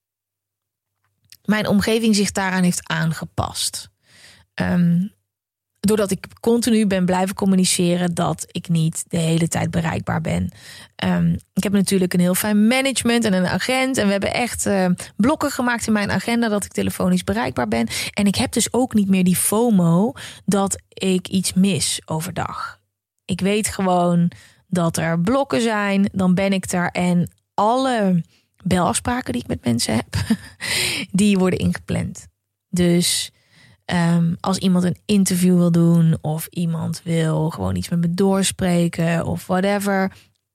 Speaker 2: mijn omgeving zich daaraan heeft aangepast. Um, doordat ik continu ben blijven communiceren dat ik niet de hele tijd bereikbaar ben. Um, ik heb natuurlijk een heel fijn management en een agent. En we hebben echt uh, blokken gemaakt in mijn agenda dat ik telefonisch bereikbaar ben. En ik heb dus ook niet meer die FOMO dat ik iets mis overdag. Ik weet gewoon dat er blokken zijn, dan ben ik er. En alle belafspraken die ik met mensen heb, die worden ingepland. Dus Um, als iemand een interview wil doen of iemand wil gewoon iets met me doorspreken of whatever.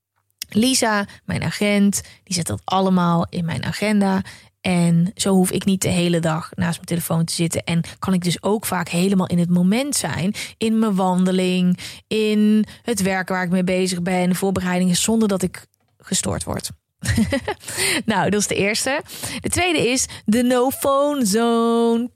Speaker 2: Lisa, mijn agent, die zet dat allemaal in mijn agenda. En zo hoef ik niet de hele dag naast mijn telefoon te zitten. En kan ik dus ook vaak helemaal in het moment zijn. In mijn wandeling, in het werk waar ik mee bezig ben, voorbereidingen, zonder dat ik gestoord word. Nou, dat is de eerste. De tweede is de no-phone zone.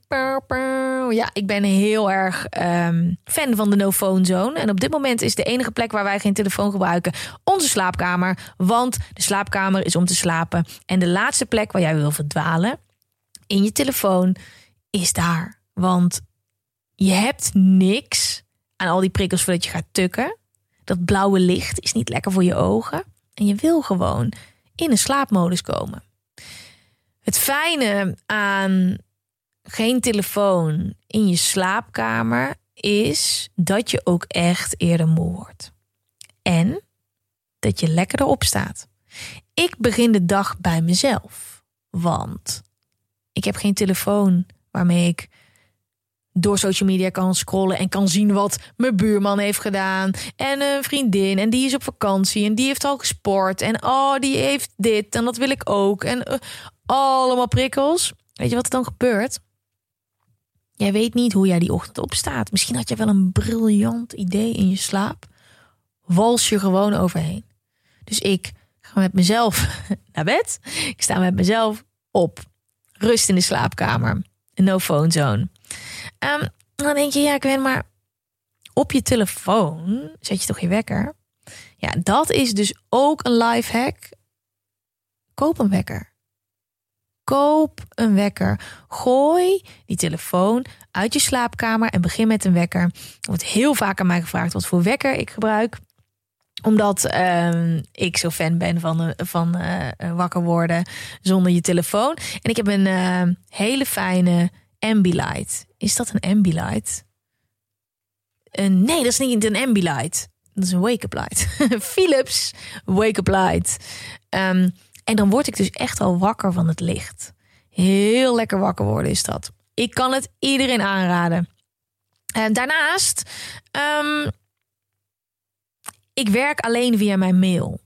Speaker 2: Ja, ik ben heel erg um, fan van de no-phone zone. En op dit moment is de enige plek waar wij geen telefoon gebruiken onze slaapkamer. Want de slaapkamer is om te slapen. En de laatste plek waar jij wil verdwalen in je telefoon is daar. Want je hebt niks aan al die prikkels voordat je gaat tukken. Dat blauwe licht is niet lekker voor je ogen. En je wil gewoon in een slaapmodus komen. Het fijne aan geen telefoon in je slaapkamer is dat je ook echt eerder moe wordt. En dat je lekkerder opstaat. Ik begin de dag bij mezelf. Want ik heb geen telefoon waarmee ik door social media kan scrollen en kan zien wat mijn buurman heeft gedaan. En een vriendin. En die is op vakantie. En die heeft al gesport. En oh, die heeft dit. En dat wil ik ook. En uh, allemaal prikkels. Weet je wat er dan gebeurt? Jij weet niet hoe jij die ochtend opstaat. Misschien had je wel een briljant idee in je slaap. Wals je gewoon overheen. Dus ik ga met mezelf naar bed. Ik sta met mezelf op. Rust in de slaapkamer. Een no-phone zone. Um, dan denk je, ja, ik weet maar, op je telefoon zet je toch je wekker? Ja, dat is dus ook een lifehack. Koop een wekker. Koop een wekker. Gooi die telefoon uit je slaapkamer en begin met een wekker. Er wordt heel vaak aan mij gevraagd wat voor wekker ik gebruik. Omdat um, ik zo fan ben van, van uh, wakker worden zonder je telefoon. En ik heb een uh, hele fijne Ambilight. Is dat een Ambilight? Uh, nee, dat is niet een Ambilight. Dat is een wake-up light. Philips wake-up light. Um, en dan word ik dus echt al wakker van het licht. Heel lekker wakker worden is dat. Ik kan het iedereen aanraden. En daarnaast, um, ik werk alleen via mijn mail.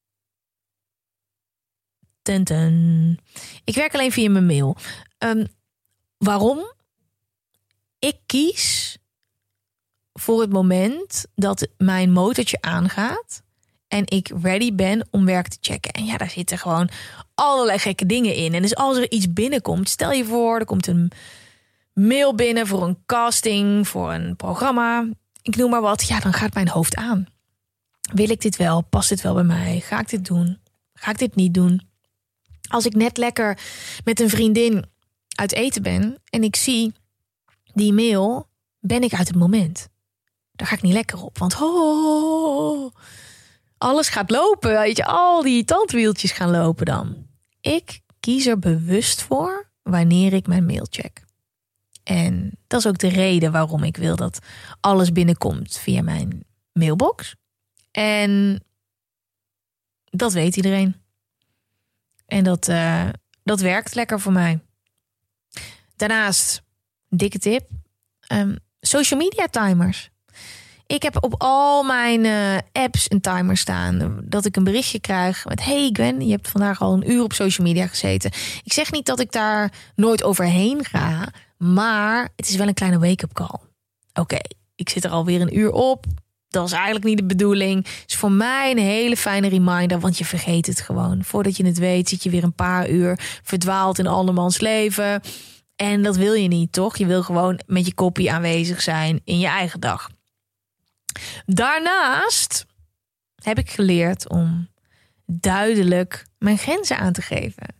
Speaker 2: Ten ten. Ik werk alleen via mijn mail. Um, waarom? Ik kies voor het moment dat mijn motortje aangaat en ik ready ben om werk te checken. En ja, daar zitten gewoon allerlei gekke dingen in. En dus als er iets binnenkomt, stel je voor, er komt een mail binnen voor een casting, voor een programma, ik noem maar wat. Ja, dan gaat mijn hoofd aan. Wil ik dit wel? Past dit wel bij mij? Ga ik dit doen? Ga ik dit niet doen? Als ik net lekker met een vriendin uit eten ben en ik zie die mail, ben ik uit het moment. Daar ga ik niet lekker op, want oh, alles gaat lopen. Weet je, al die tandwieltjes gaan lopen dan. Ik kies er bewust voor wanneer ik mijn mail check. En dat is ook de reden waarom ik wil dat alles binnenkomt via mijn mailbox. En dat weet iedereen. En dat, uh, dat werkt lekker voor mij. Daarnaast, dikke tip, um, social media timers. Ik heb op al mijn uh, apps een timer staan. Dat ik een berichtje krijg met: hey Gwen, je hebt vandaag al een uur op social media gezeten. Ik zeg niet dat ik daar nooit overheen ga, maar het is wel een kleine wake-up call. Oké, okay, ik zit er alweer een uur op. Dat is eigenlijk niet de bedoeling. Het is voor mij een hele fijne reminder, want je vergeet het gewoon. Voordat je het weet zit je weer een paar uur verdwaald in andermans leven. En dat wil je niet, toch? Je wil gewoon met je koppie aanwezig zijn in je eigen dag. Daarnaast heb ik geleerd om duidelijk mijn grenzen aan te geven.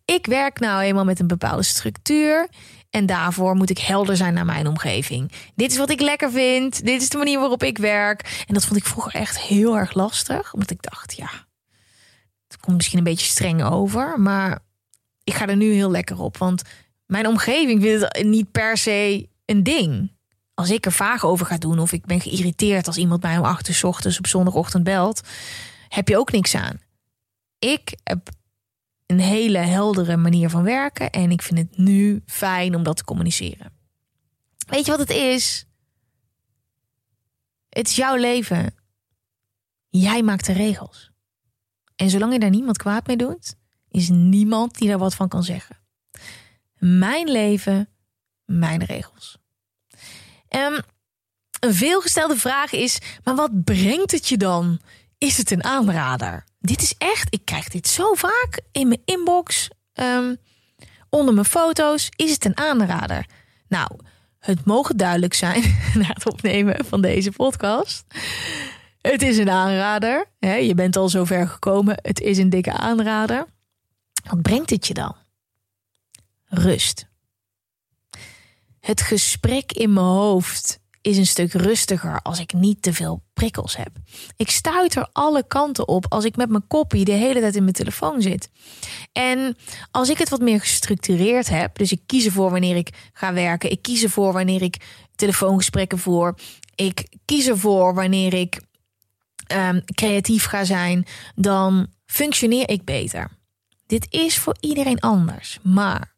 Speaker 2: ik werk nou eenmaal met een bepaalde structuur. En daarvoor moet ik helder zijn naar mijn omgeving. Dit is wat ik lekker vind. Dit is de manier waarop ik werk. En dat vond ik vroeger echt heel erg lastig. Omdat ik dacht, ja, het komt misschien een beetje streng over. Maar ik ga er nu heel lekker op. Want mijn omgeving vindt het niet per se een ding. Als ik er vaag over ga doen of ik ben geïrriteerd als iemand mij om acht uur 's ochtends op zondagochtend belt, heb je ook niks aan. Ik heb een hele heldere manier van werken en ik vind het nu fijn om dat te communiceren. Weet je wat het is? Het is jouw leven. Jij maakt de regels. En zolang je daar niemand kwaad mee doet, is niemand die daar wat van kan zeggen. Mijn leven, mijn regels. Um, een veelgestelde vraag is, maar wat brengt het je dan? Is het een aanrader? Dit is echt, ik krijg dit zo vaak in mijn inbox, um, onder mijn foto's. Is het een aanrader? Nou, het mogen duidelijk zijn na het opnemen van deze podcast. Het is een aanrader. Hè? Je bent al zo ver gekomen. Het is een dikke aanrader. Wat brengt het je dan? Rust. Het gesprek in mijn hoofd is een stuk rustiger als ik niet te veel prikkels heb. Ik stuiter alle kanten op als ik met mijn koppie de hele tijd in mijn telefoon zit. En als ik het wat meer gestructureerd heb, dus ik kies ervoor wanneer ik ga werken, ik kies ervoor wanneer ik telefoongesprekken voer, ik kies ervoor wanneer ik um, creatief ga zijn, dan functioneer ik beter. Dit is voor iedereen anders, maar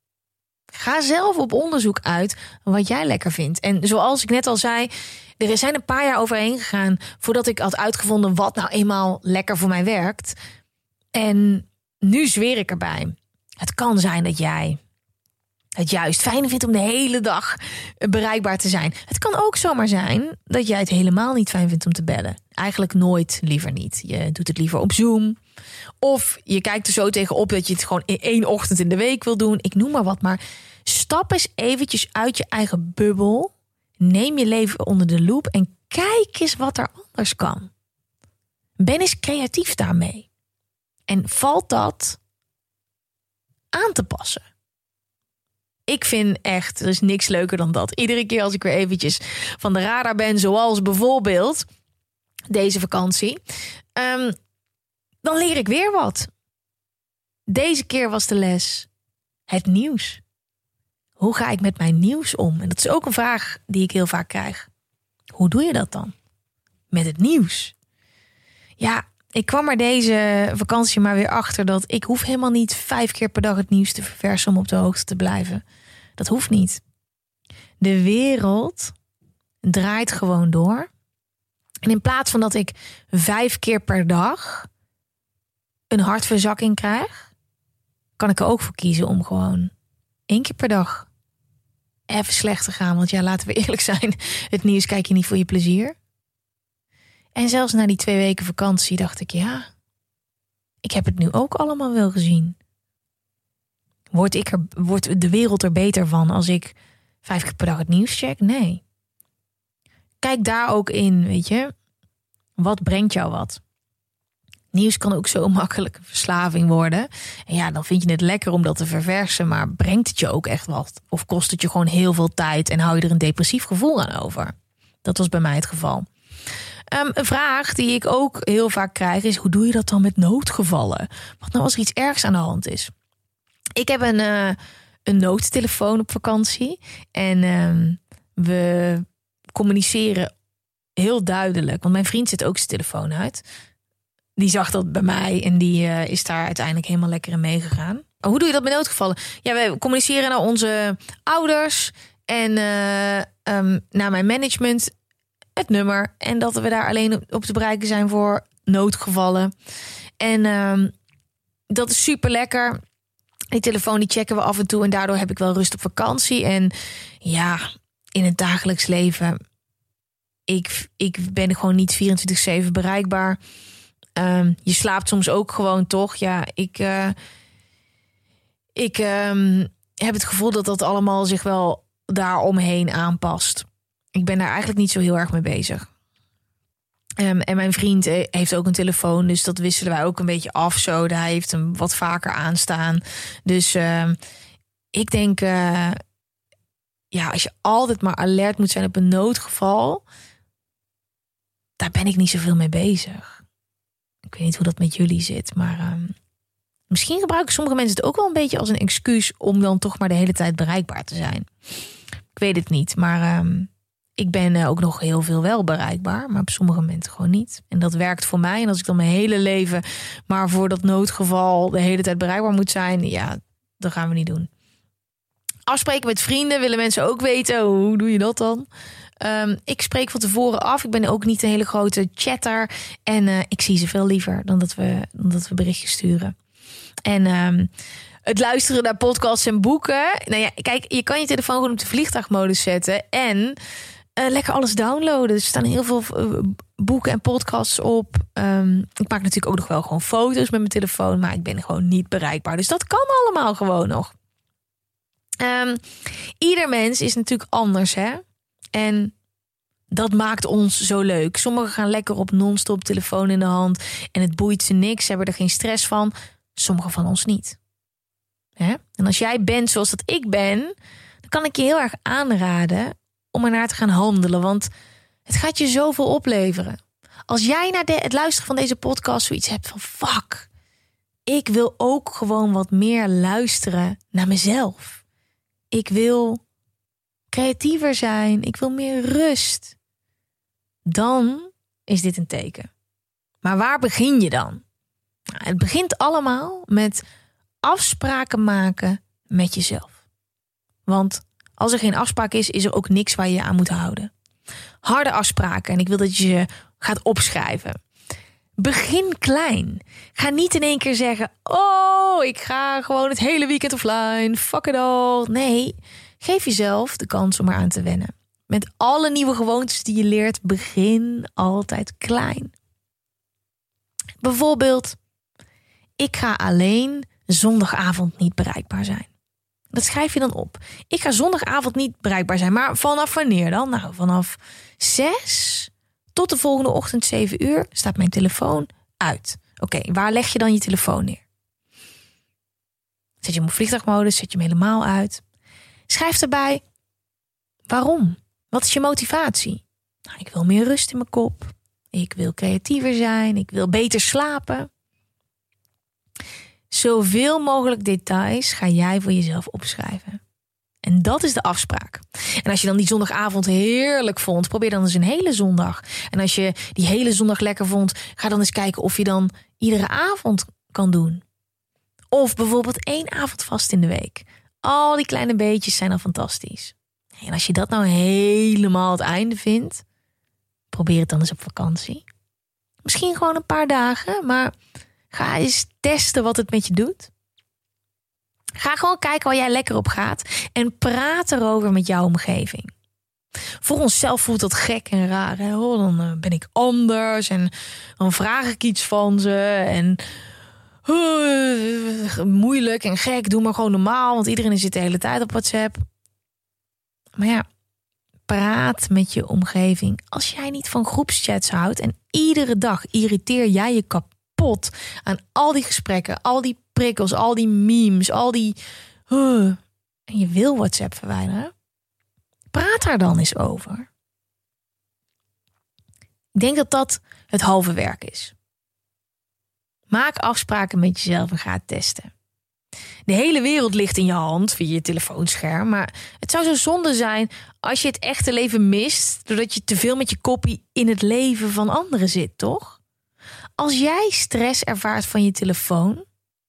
Speaker 2: ga zelf op onderzoek uit wat jij lekker vindt. En zoals ik net al zei, er zijn een paar jaar overheen gegaan voordat ik had uitgevonden wat nou eenmaal lekker voor mij werkt. En nu zweer ik erbij. Het kan zijn dat jij het juist fijn vindt om de hele dag bereikbaar te zijn. Het kan ook zomaar zijn dat jij het helemaal niet fijn vindt om te bellen. Eigenlijk nooit, liever niet. Je doet het liever op Zoom. Of je kijkt er zo tegenop dat je het gewoon in één ochtend in de week wil doen. Ik noem maar wat, maar stap eens eventjes uit je eigen bubbel. Neem je leven onder de loep en kijk eens wat er anders kan. Ben eens creatief daarmee. En valt dat aan te passen? Ik vind echt, er is niks leuker dan dat. Iedere keer als ik weer eventjes van de radar ben, zoals bijvoorbeeld deze vakantie, um, dan leer ik weer wat. Deze keer was de les het nieuws. Hoe ga ik met mijn nieuws om? En dat is ook een vraag die ik heel vaak krijg. Hoe doe je dat dan? Met het nieuws? Ja, ik kwam er deze vakantie maar weer achter dat ik hoef helemaal niet vijf keer per dag het nieuws te verversen om op de hoogte te blijven. Dat hoeft niet. De wereld draait gewoon door. En in plaats van dat ik vijf keer per dag een hartverzakking krijg, kan ik er ook voor kiezen om gewoon één keer per dag even slecht te gaan. Want ja, laten we eerlijk zijn, het nieuws kijk je niet voor je plezier. En zelfs na die twee weken vakantie dacht ik, ja, ik heb het nu ook allemaal wel gezien. Word ik er, wordt de wereld er beter van als ik vijf keer per dag het nieuws check? Nee. Kijk daar ook in, weet je. Wat brengt jou wat? Nieuws kan ook zo makkelijk een verslaving worden. En ja, dan vind je het lekker om dat te verversen, maar brengt het je ook echt wat? Of kost het je gewoon heel veel tijd en hou je er een depressief gevoel aan over? Dat was bij mij het geval. Um, een vraag die ik ook heel vaak krijg is, hoe doe je dat dan met noodgevallen? Wat nou als er iets ergs aan de hand is? Ik heb een, uh, een noodtelefoon op vakantie. En um, we communiceren heel duidelijk. Want mijn vriend zet ook zijn telefoon uit. Die zag dat bij mij en die uh, is daar uiteindelijk helemaal lekker in meegegaan. Hoe doe je dat met noodgevallen? Ja, we communiceren naar onze ouders en uh, um, naar mijn management het nummer. En dat we daar alleen op te bereiken zijn voor noodgevallen. En um, dat is super lekker. Die telefoon die checken we af en toe en daardoor heb ik wel rust op vakantie. En ja, in het dagelijks leven, ik, ik ben gewoon niet vierentwintig zeven bereikbaar. Um, je slaapt soms ook gewoon toch. Ja, ik, uh, ik um, heb het gevoel dat dat allemaal zich wel daaromheen aanpast. Ik ben daar eigenlijk niet zo heel erg mee bezig. Um, en mijn vriend heeft ook een telefoon, dus dat wisselen wij ook een beetje af. Zo, hij heeft hem wat vaker aanstaan. Dus uh, ik denk, uh, ja, als je altijd maar alert moet zijn op een noodgeval, daar ben ik niet zoveel mee bezig. Ik weet niet hoe dat met jullie zit, maar um, misschien gebruiken sommige mensen het ook wel een beetje als een excuus om dan toch maar de hele tijd bereikbaar te zijn. Ik weet het niet, maar um, ik ben uh, ook nog heel veel wel bereikbaar, maar op sommige momenten gewoon niet. En dat werkt voor mij. En als ik dan mijn hele leven maar voor dat noodgeval de hele tijd bereikbaar moet zijn, ja, dat gaan we niet doen. Afspreken met vrienden willen mensen ook weten. Hoe doe je dat dan? Um, ik spreek van tevoren af. Ik ben ook niet een hele grote chatter. En uh, ik zie ze veel liever dan dat we, dan dat we berichtjes sturen. En um, het luisteren naar podcasts en boeken. Nou ja, kijk, je kan je telefoon gewoon op de vliegtuigmodus zetten. En uh, lekker alles downloaden. Er staan heel veel uh, boeken en podcasts op. Um, ik maak natuurlijk ook nog wel gewoon foto's met mijn telefoon. Maar ik ben gewoon niet bereikbaar. Dus dat kan allemaal gewoon nog. Um, ieder mens is natuurlijk anders, hè? En dat maakt ons zo leuk. Sommigen gaan lekker op non-stop telefoon in de hand en het boeit ze niks, ze hebben er geen stress van. Sommigen van ons niet. Hè? En als jij bent zoals dat ik ben, dan kan ik je heel erg aanraden om ernaar te gaan handelen, want het gaat je zoveel opleveren. Als jij na de, het luisteren van deze podcast zoiets hebt van fuck, ik wil ook gewoon wat meer luisteren naar mezelf. Ik wil creatiever zijn. Ik wil meer rust. Dan is dit een teken. Maar waar begin je dan? Nou, het begint allemaal met afspraken maken met jezelf. Want als er geen afspraak is, is er ook niks waar je je aan moet houden. Harde afspraken. En ik wil dat je ze gaat opschrijven. Begin klein. Ga niet in één keer zeggen, oh, ik ga gewoon het hele weekend offline. Fuck it all. Nee, geef jezelf de kans om eraan te wennen. Met alle nieuwe gewoontes die je leert, begin altijd klein. Bijvoorbeeld, ik ga alleen zondagavond niet bereikbaar zijn. Dat schrijf je dan op. Ik ga zondagavond niet bereikbaar zijn. Maar vanaf wanneer dan? Nou, vanaf zes tot de volgende ochtend zeven uur staat mijn telefoon uit. Oké, okay, waar leg je dan je telefoon neer? Zet je hem op vliegtuigmodus, zet je hem helemaal uit. Schrijf erbij, waarom? Wat is je motivatie? Nou, ik wil meer rust in mijn kop. Ik wil creatiever zijn. Ik wil beter slapen. Zoveel mogelijk details ga jij voor jezelf opschrijven. En dat is de afspraak. En als je dan die zondagavond heerlijk vond, probeer dan eens een hele zondag. En als je die hele zondag lekker vond, ga dan eens kijken of je dan iedere avond kan doen. Of bijvoorbeeld één avond vast in de week. Al die kleine beetjes zijn al fantastisch. En als je dat nou helemaal het einde vindt, probeer het dan eens op vakantie. Misschien gewoon een paar dagen, maar ga eens testen wat het met je doet. Ga gewoon kijken waar jij lekker op gaat en praat erover met jouw omgeving. Voor onszelf voelt dat gek en raar. Hè? Oh, dan ben ik anders en dan vraag ik iets van ze en uh, moeilijk en gek. Doe maar gewoon normaal, want iedereen zit de hele tijd op WhatsApp. Maar ja, praat met je omgeving. Als jij niet van groepschats houdt en iedere dag irriteer jij je kapot aan al die gesprekken, al die prikkels, al die memes, al die uh, en je wil WhatsApp verwijderen, praat daar dan eens over. Ik denk dat dat het halve werk is. Maak afspraken met jezelf en ga het testen. De hele wereld ligt in je hand via je telefoonscherm, maar het zou zo zonde zijn als je het echte leven mist doordat je te veel met je koppie in het leven van anderen zit, toch? Als jij stress ervaart van je telefoon,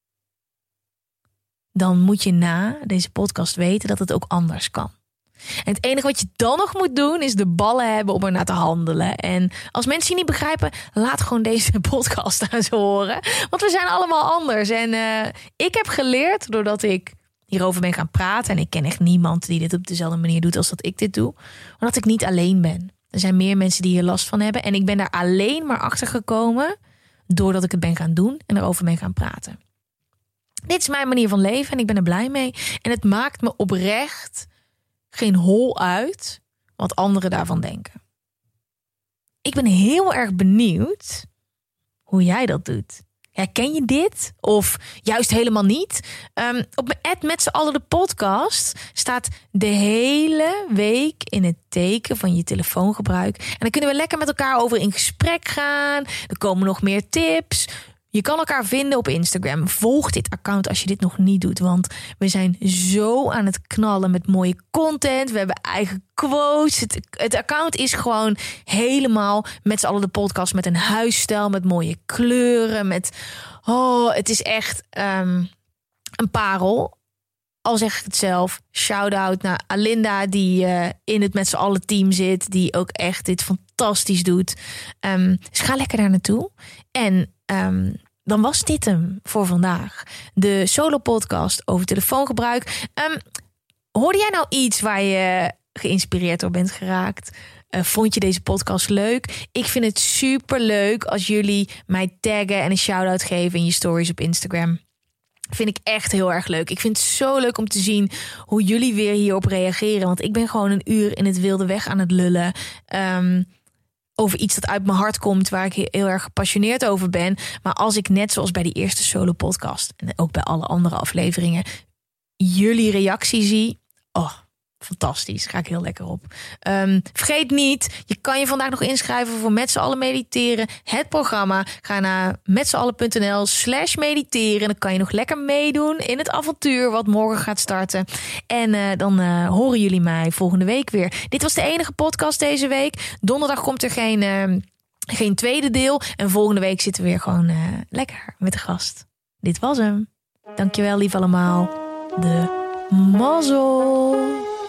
Speaker 2: dan moet je na deze podcast weten dat het ook anders kan. En het enige wat je dan nog moet doen is de ballen hebben om er naar te handelen. En als mensen je niet begrijpen, laat gewoon deze podcast aan ze horen. Want we zijn allemaal anders. En uh, ik heb geleerd, doordat ik hierover ben gaan praten, en ik ken echt niemand die dit op dezelfde manier doet als dat ik dit doe, omdat ik niet alleen ben. Er zijn meer mensen die hier last van hebben. En ik ben daar alleen maar achter gekomen doordat ik het ben gaan doen en erover ben gaan praten. Dit is mijn manier van leven en ik ben er blij mee. En het maakt me oprecht geen hol uit wat anderen daarvan denken. ik ben heel erg benieuwd hoe jij dat doet. Herken je dit? Of juist helemaal niet? Um, op mijn ad met z'n allen de podcast staat de hele week in het teken van je telefoongebruik. En dan kunnen we lekker met elkaar over in gesprek gaan. Er komen nog meer tips. Je kan elkaar vinden op Instagram. Volg dit account als je dit nog niet doet. Want we zijn zo aan het knallen met mooie content. We hebben eigen quotes. Het, het account is gewoon helemaal met z'n allen de podcast. Met een huisstijl, met mooie kleuren. Met, oh, het is echt um, een parel. Al zeg ik het zelf. Shout-out naar Alinda die uh, in het met z'n allen team zit. Die ook echt dit fantastisch doet. Um, dus ga lekker daar naartoe. En Um, dan was dit hem voor vandaag. De solo podcast over telefoongebruik. Um, hoorde jij nou iets waar je geïnspireerd door bent geraakt? Uh, vond je deze podcast leuk? Ik vind het super leuk als jullie mij taggen en een shout-out geven in je stories op Instagram. Vind ik echt heel erg leuk. Ik vind het zo leuk om te zien hoe jullie weer hierop reageren. Want ik ben gewoon een uur in het wilde weg aan het lullen. Um, over iets dat uit mijn hart komt, waar ik heel erg gepassioneerd over ben. Maar als ik net zoals bij die eerste solo podcast en ook bij alle andere afleveringen jullie reactie zie, oh, fantastisch. Ga ik heel lekker op. Um, vergeet niet, je kan je vandaag nog inschrijven voor Met z'n allen mediteren. Het programma. Ga naar metzallen.nl slash mediteren. Dan kan je nog lekker meedoen in het avontuur wat morgen gaat starten. En uh, dan uh, horen jullie mij volgende week weer. Dit was de enige podcast deze week. Donderdag komt er geen, uh, geen tweede deel. En volgende week zitten we weer gewoon uh, lekker met de gast. Dit was hem. Dankjewel lief allemaal. De mazzel.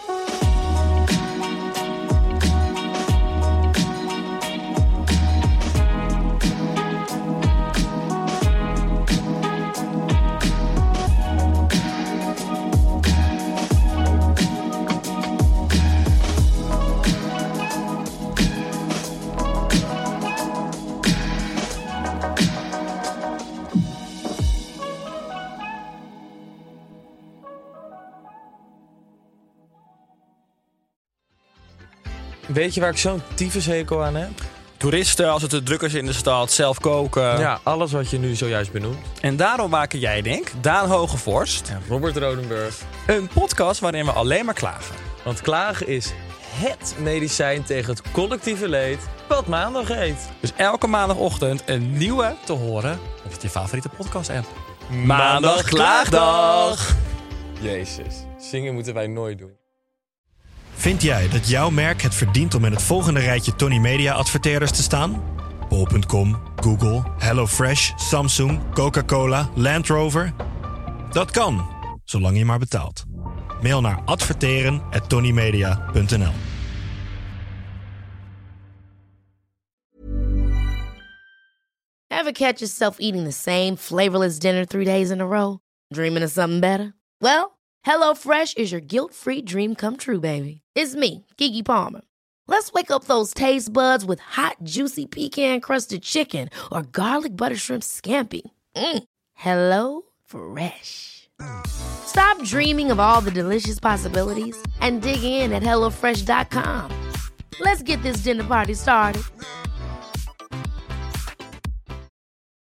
Speaker 5: Weet je waar ik zo'n tyfushekel aan heb?
Speaker 6: Toeristen, als het te druk is in de stad, zelf koken.
Speaker 5: Ja, alles wat je nu zojuist benoemt.
Speaker 6: En daarom maken jij, denk ik, Daan Hogevorst,
Speaker 5: Ja, Robert Rodenburg.
Speaker 6: een podcast waarin we alleen maar klagen.
Speaker 5: Want klagen is het medicijn tegen het collectieve leed wat maandag heet.
Speaker 6: Dus elke maandagochtend een nieuwe te horen op je favoriete podcast-app.
Speaker 5: Maandag Klaagdag! Jezus, zingen moeten wij nooit doen.
Speaker 7: Vind jij dat jouw merk het verdient om in het volgende rijtje Tony Media adverteerders te staan? bol punt com, Google, HelloFresh, Samsung, Coca-Cola, Land Rover? Dat kan, zolang je maar betaalt. Mail naar adverteren at tonymedia punt n l.
Speaker 1: Ever catch yourself eating the same flavorless dinner three days in a row? Dreaming of something better? Well, HelloFresh is your guilt-free dream come true, baby. It's me, Keke Palmer. Let's wake up those taste buds with hot, juicy pecan-crusted chicken or garlic butter shrimp scampi. Mm. Hello Fresh. Stop dreaming of all the delicious possibilities and dig in at hello fresh dot com. Let's get this dinner party started.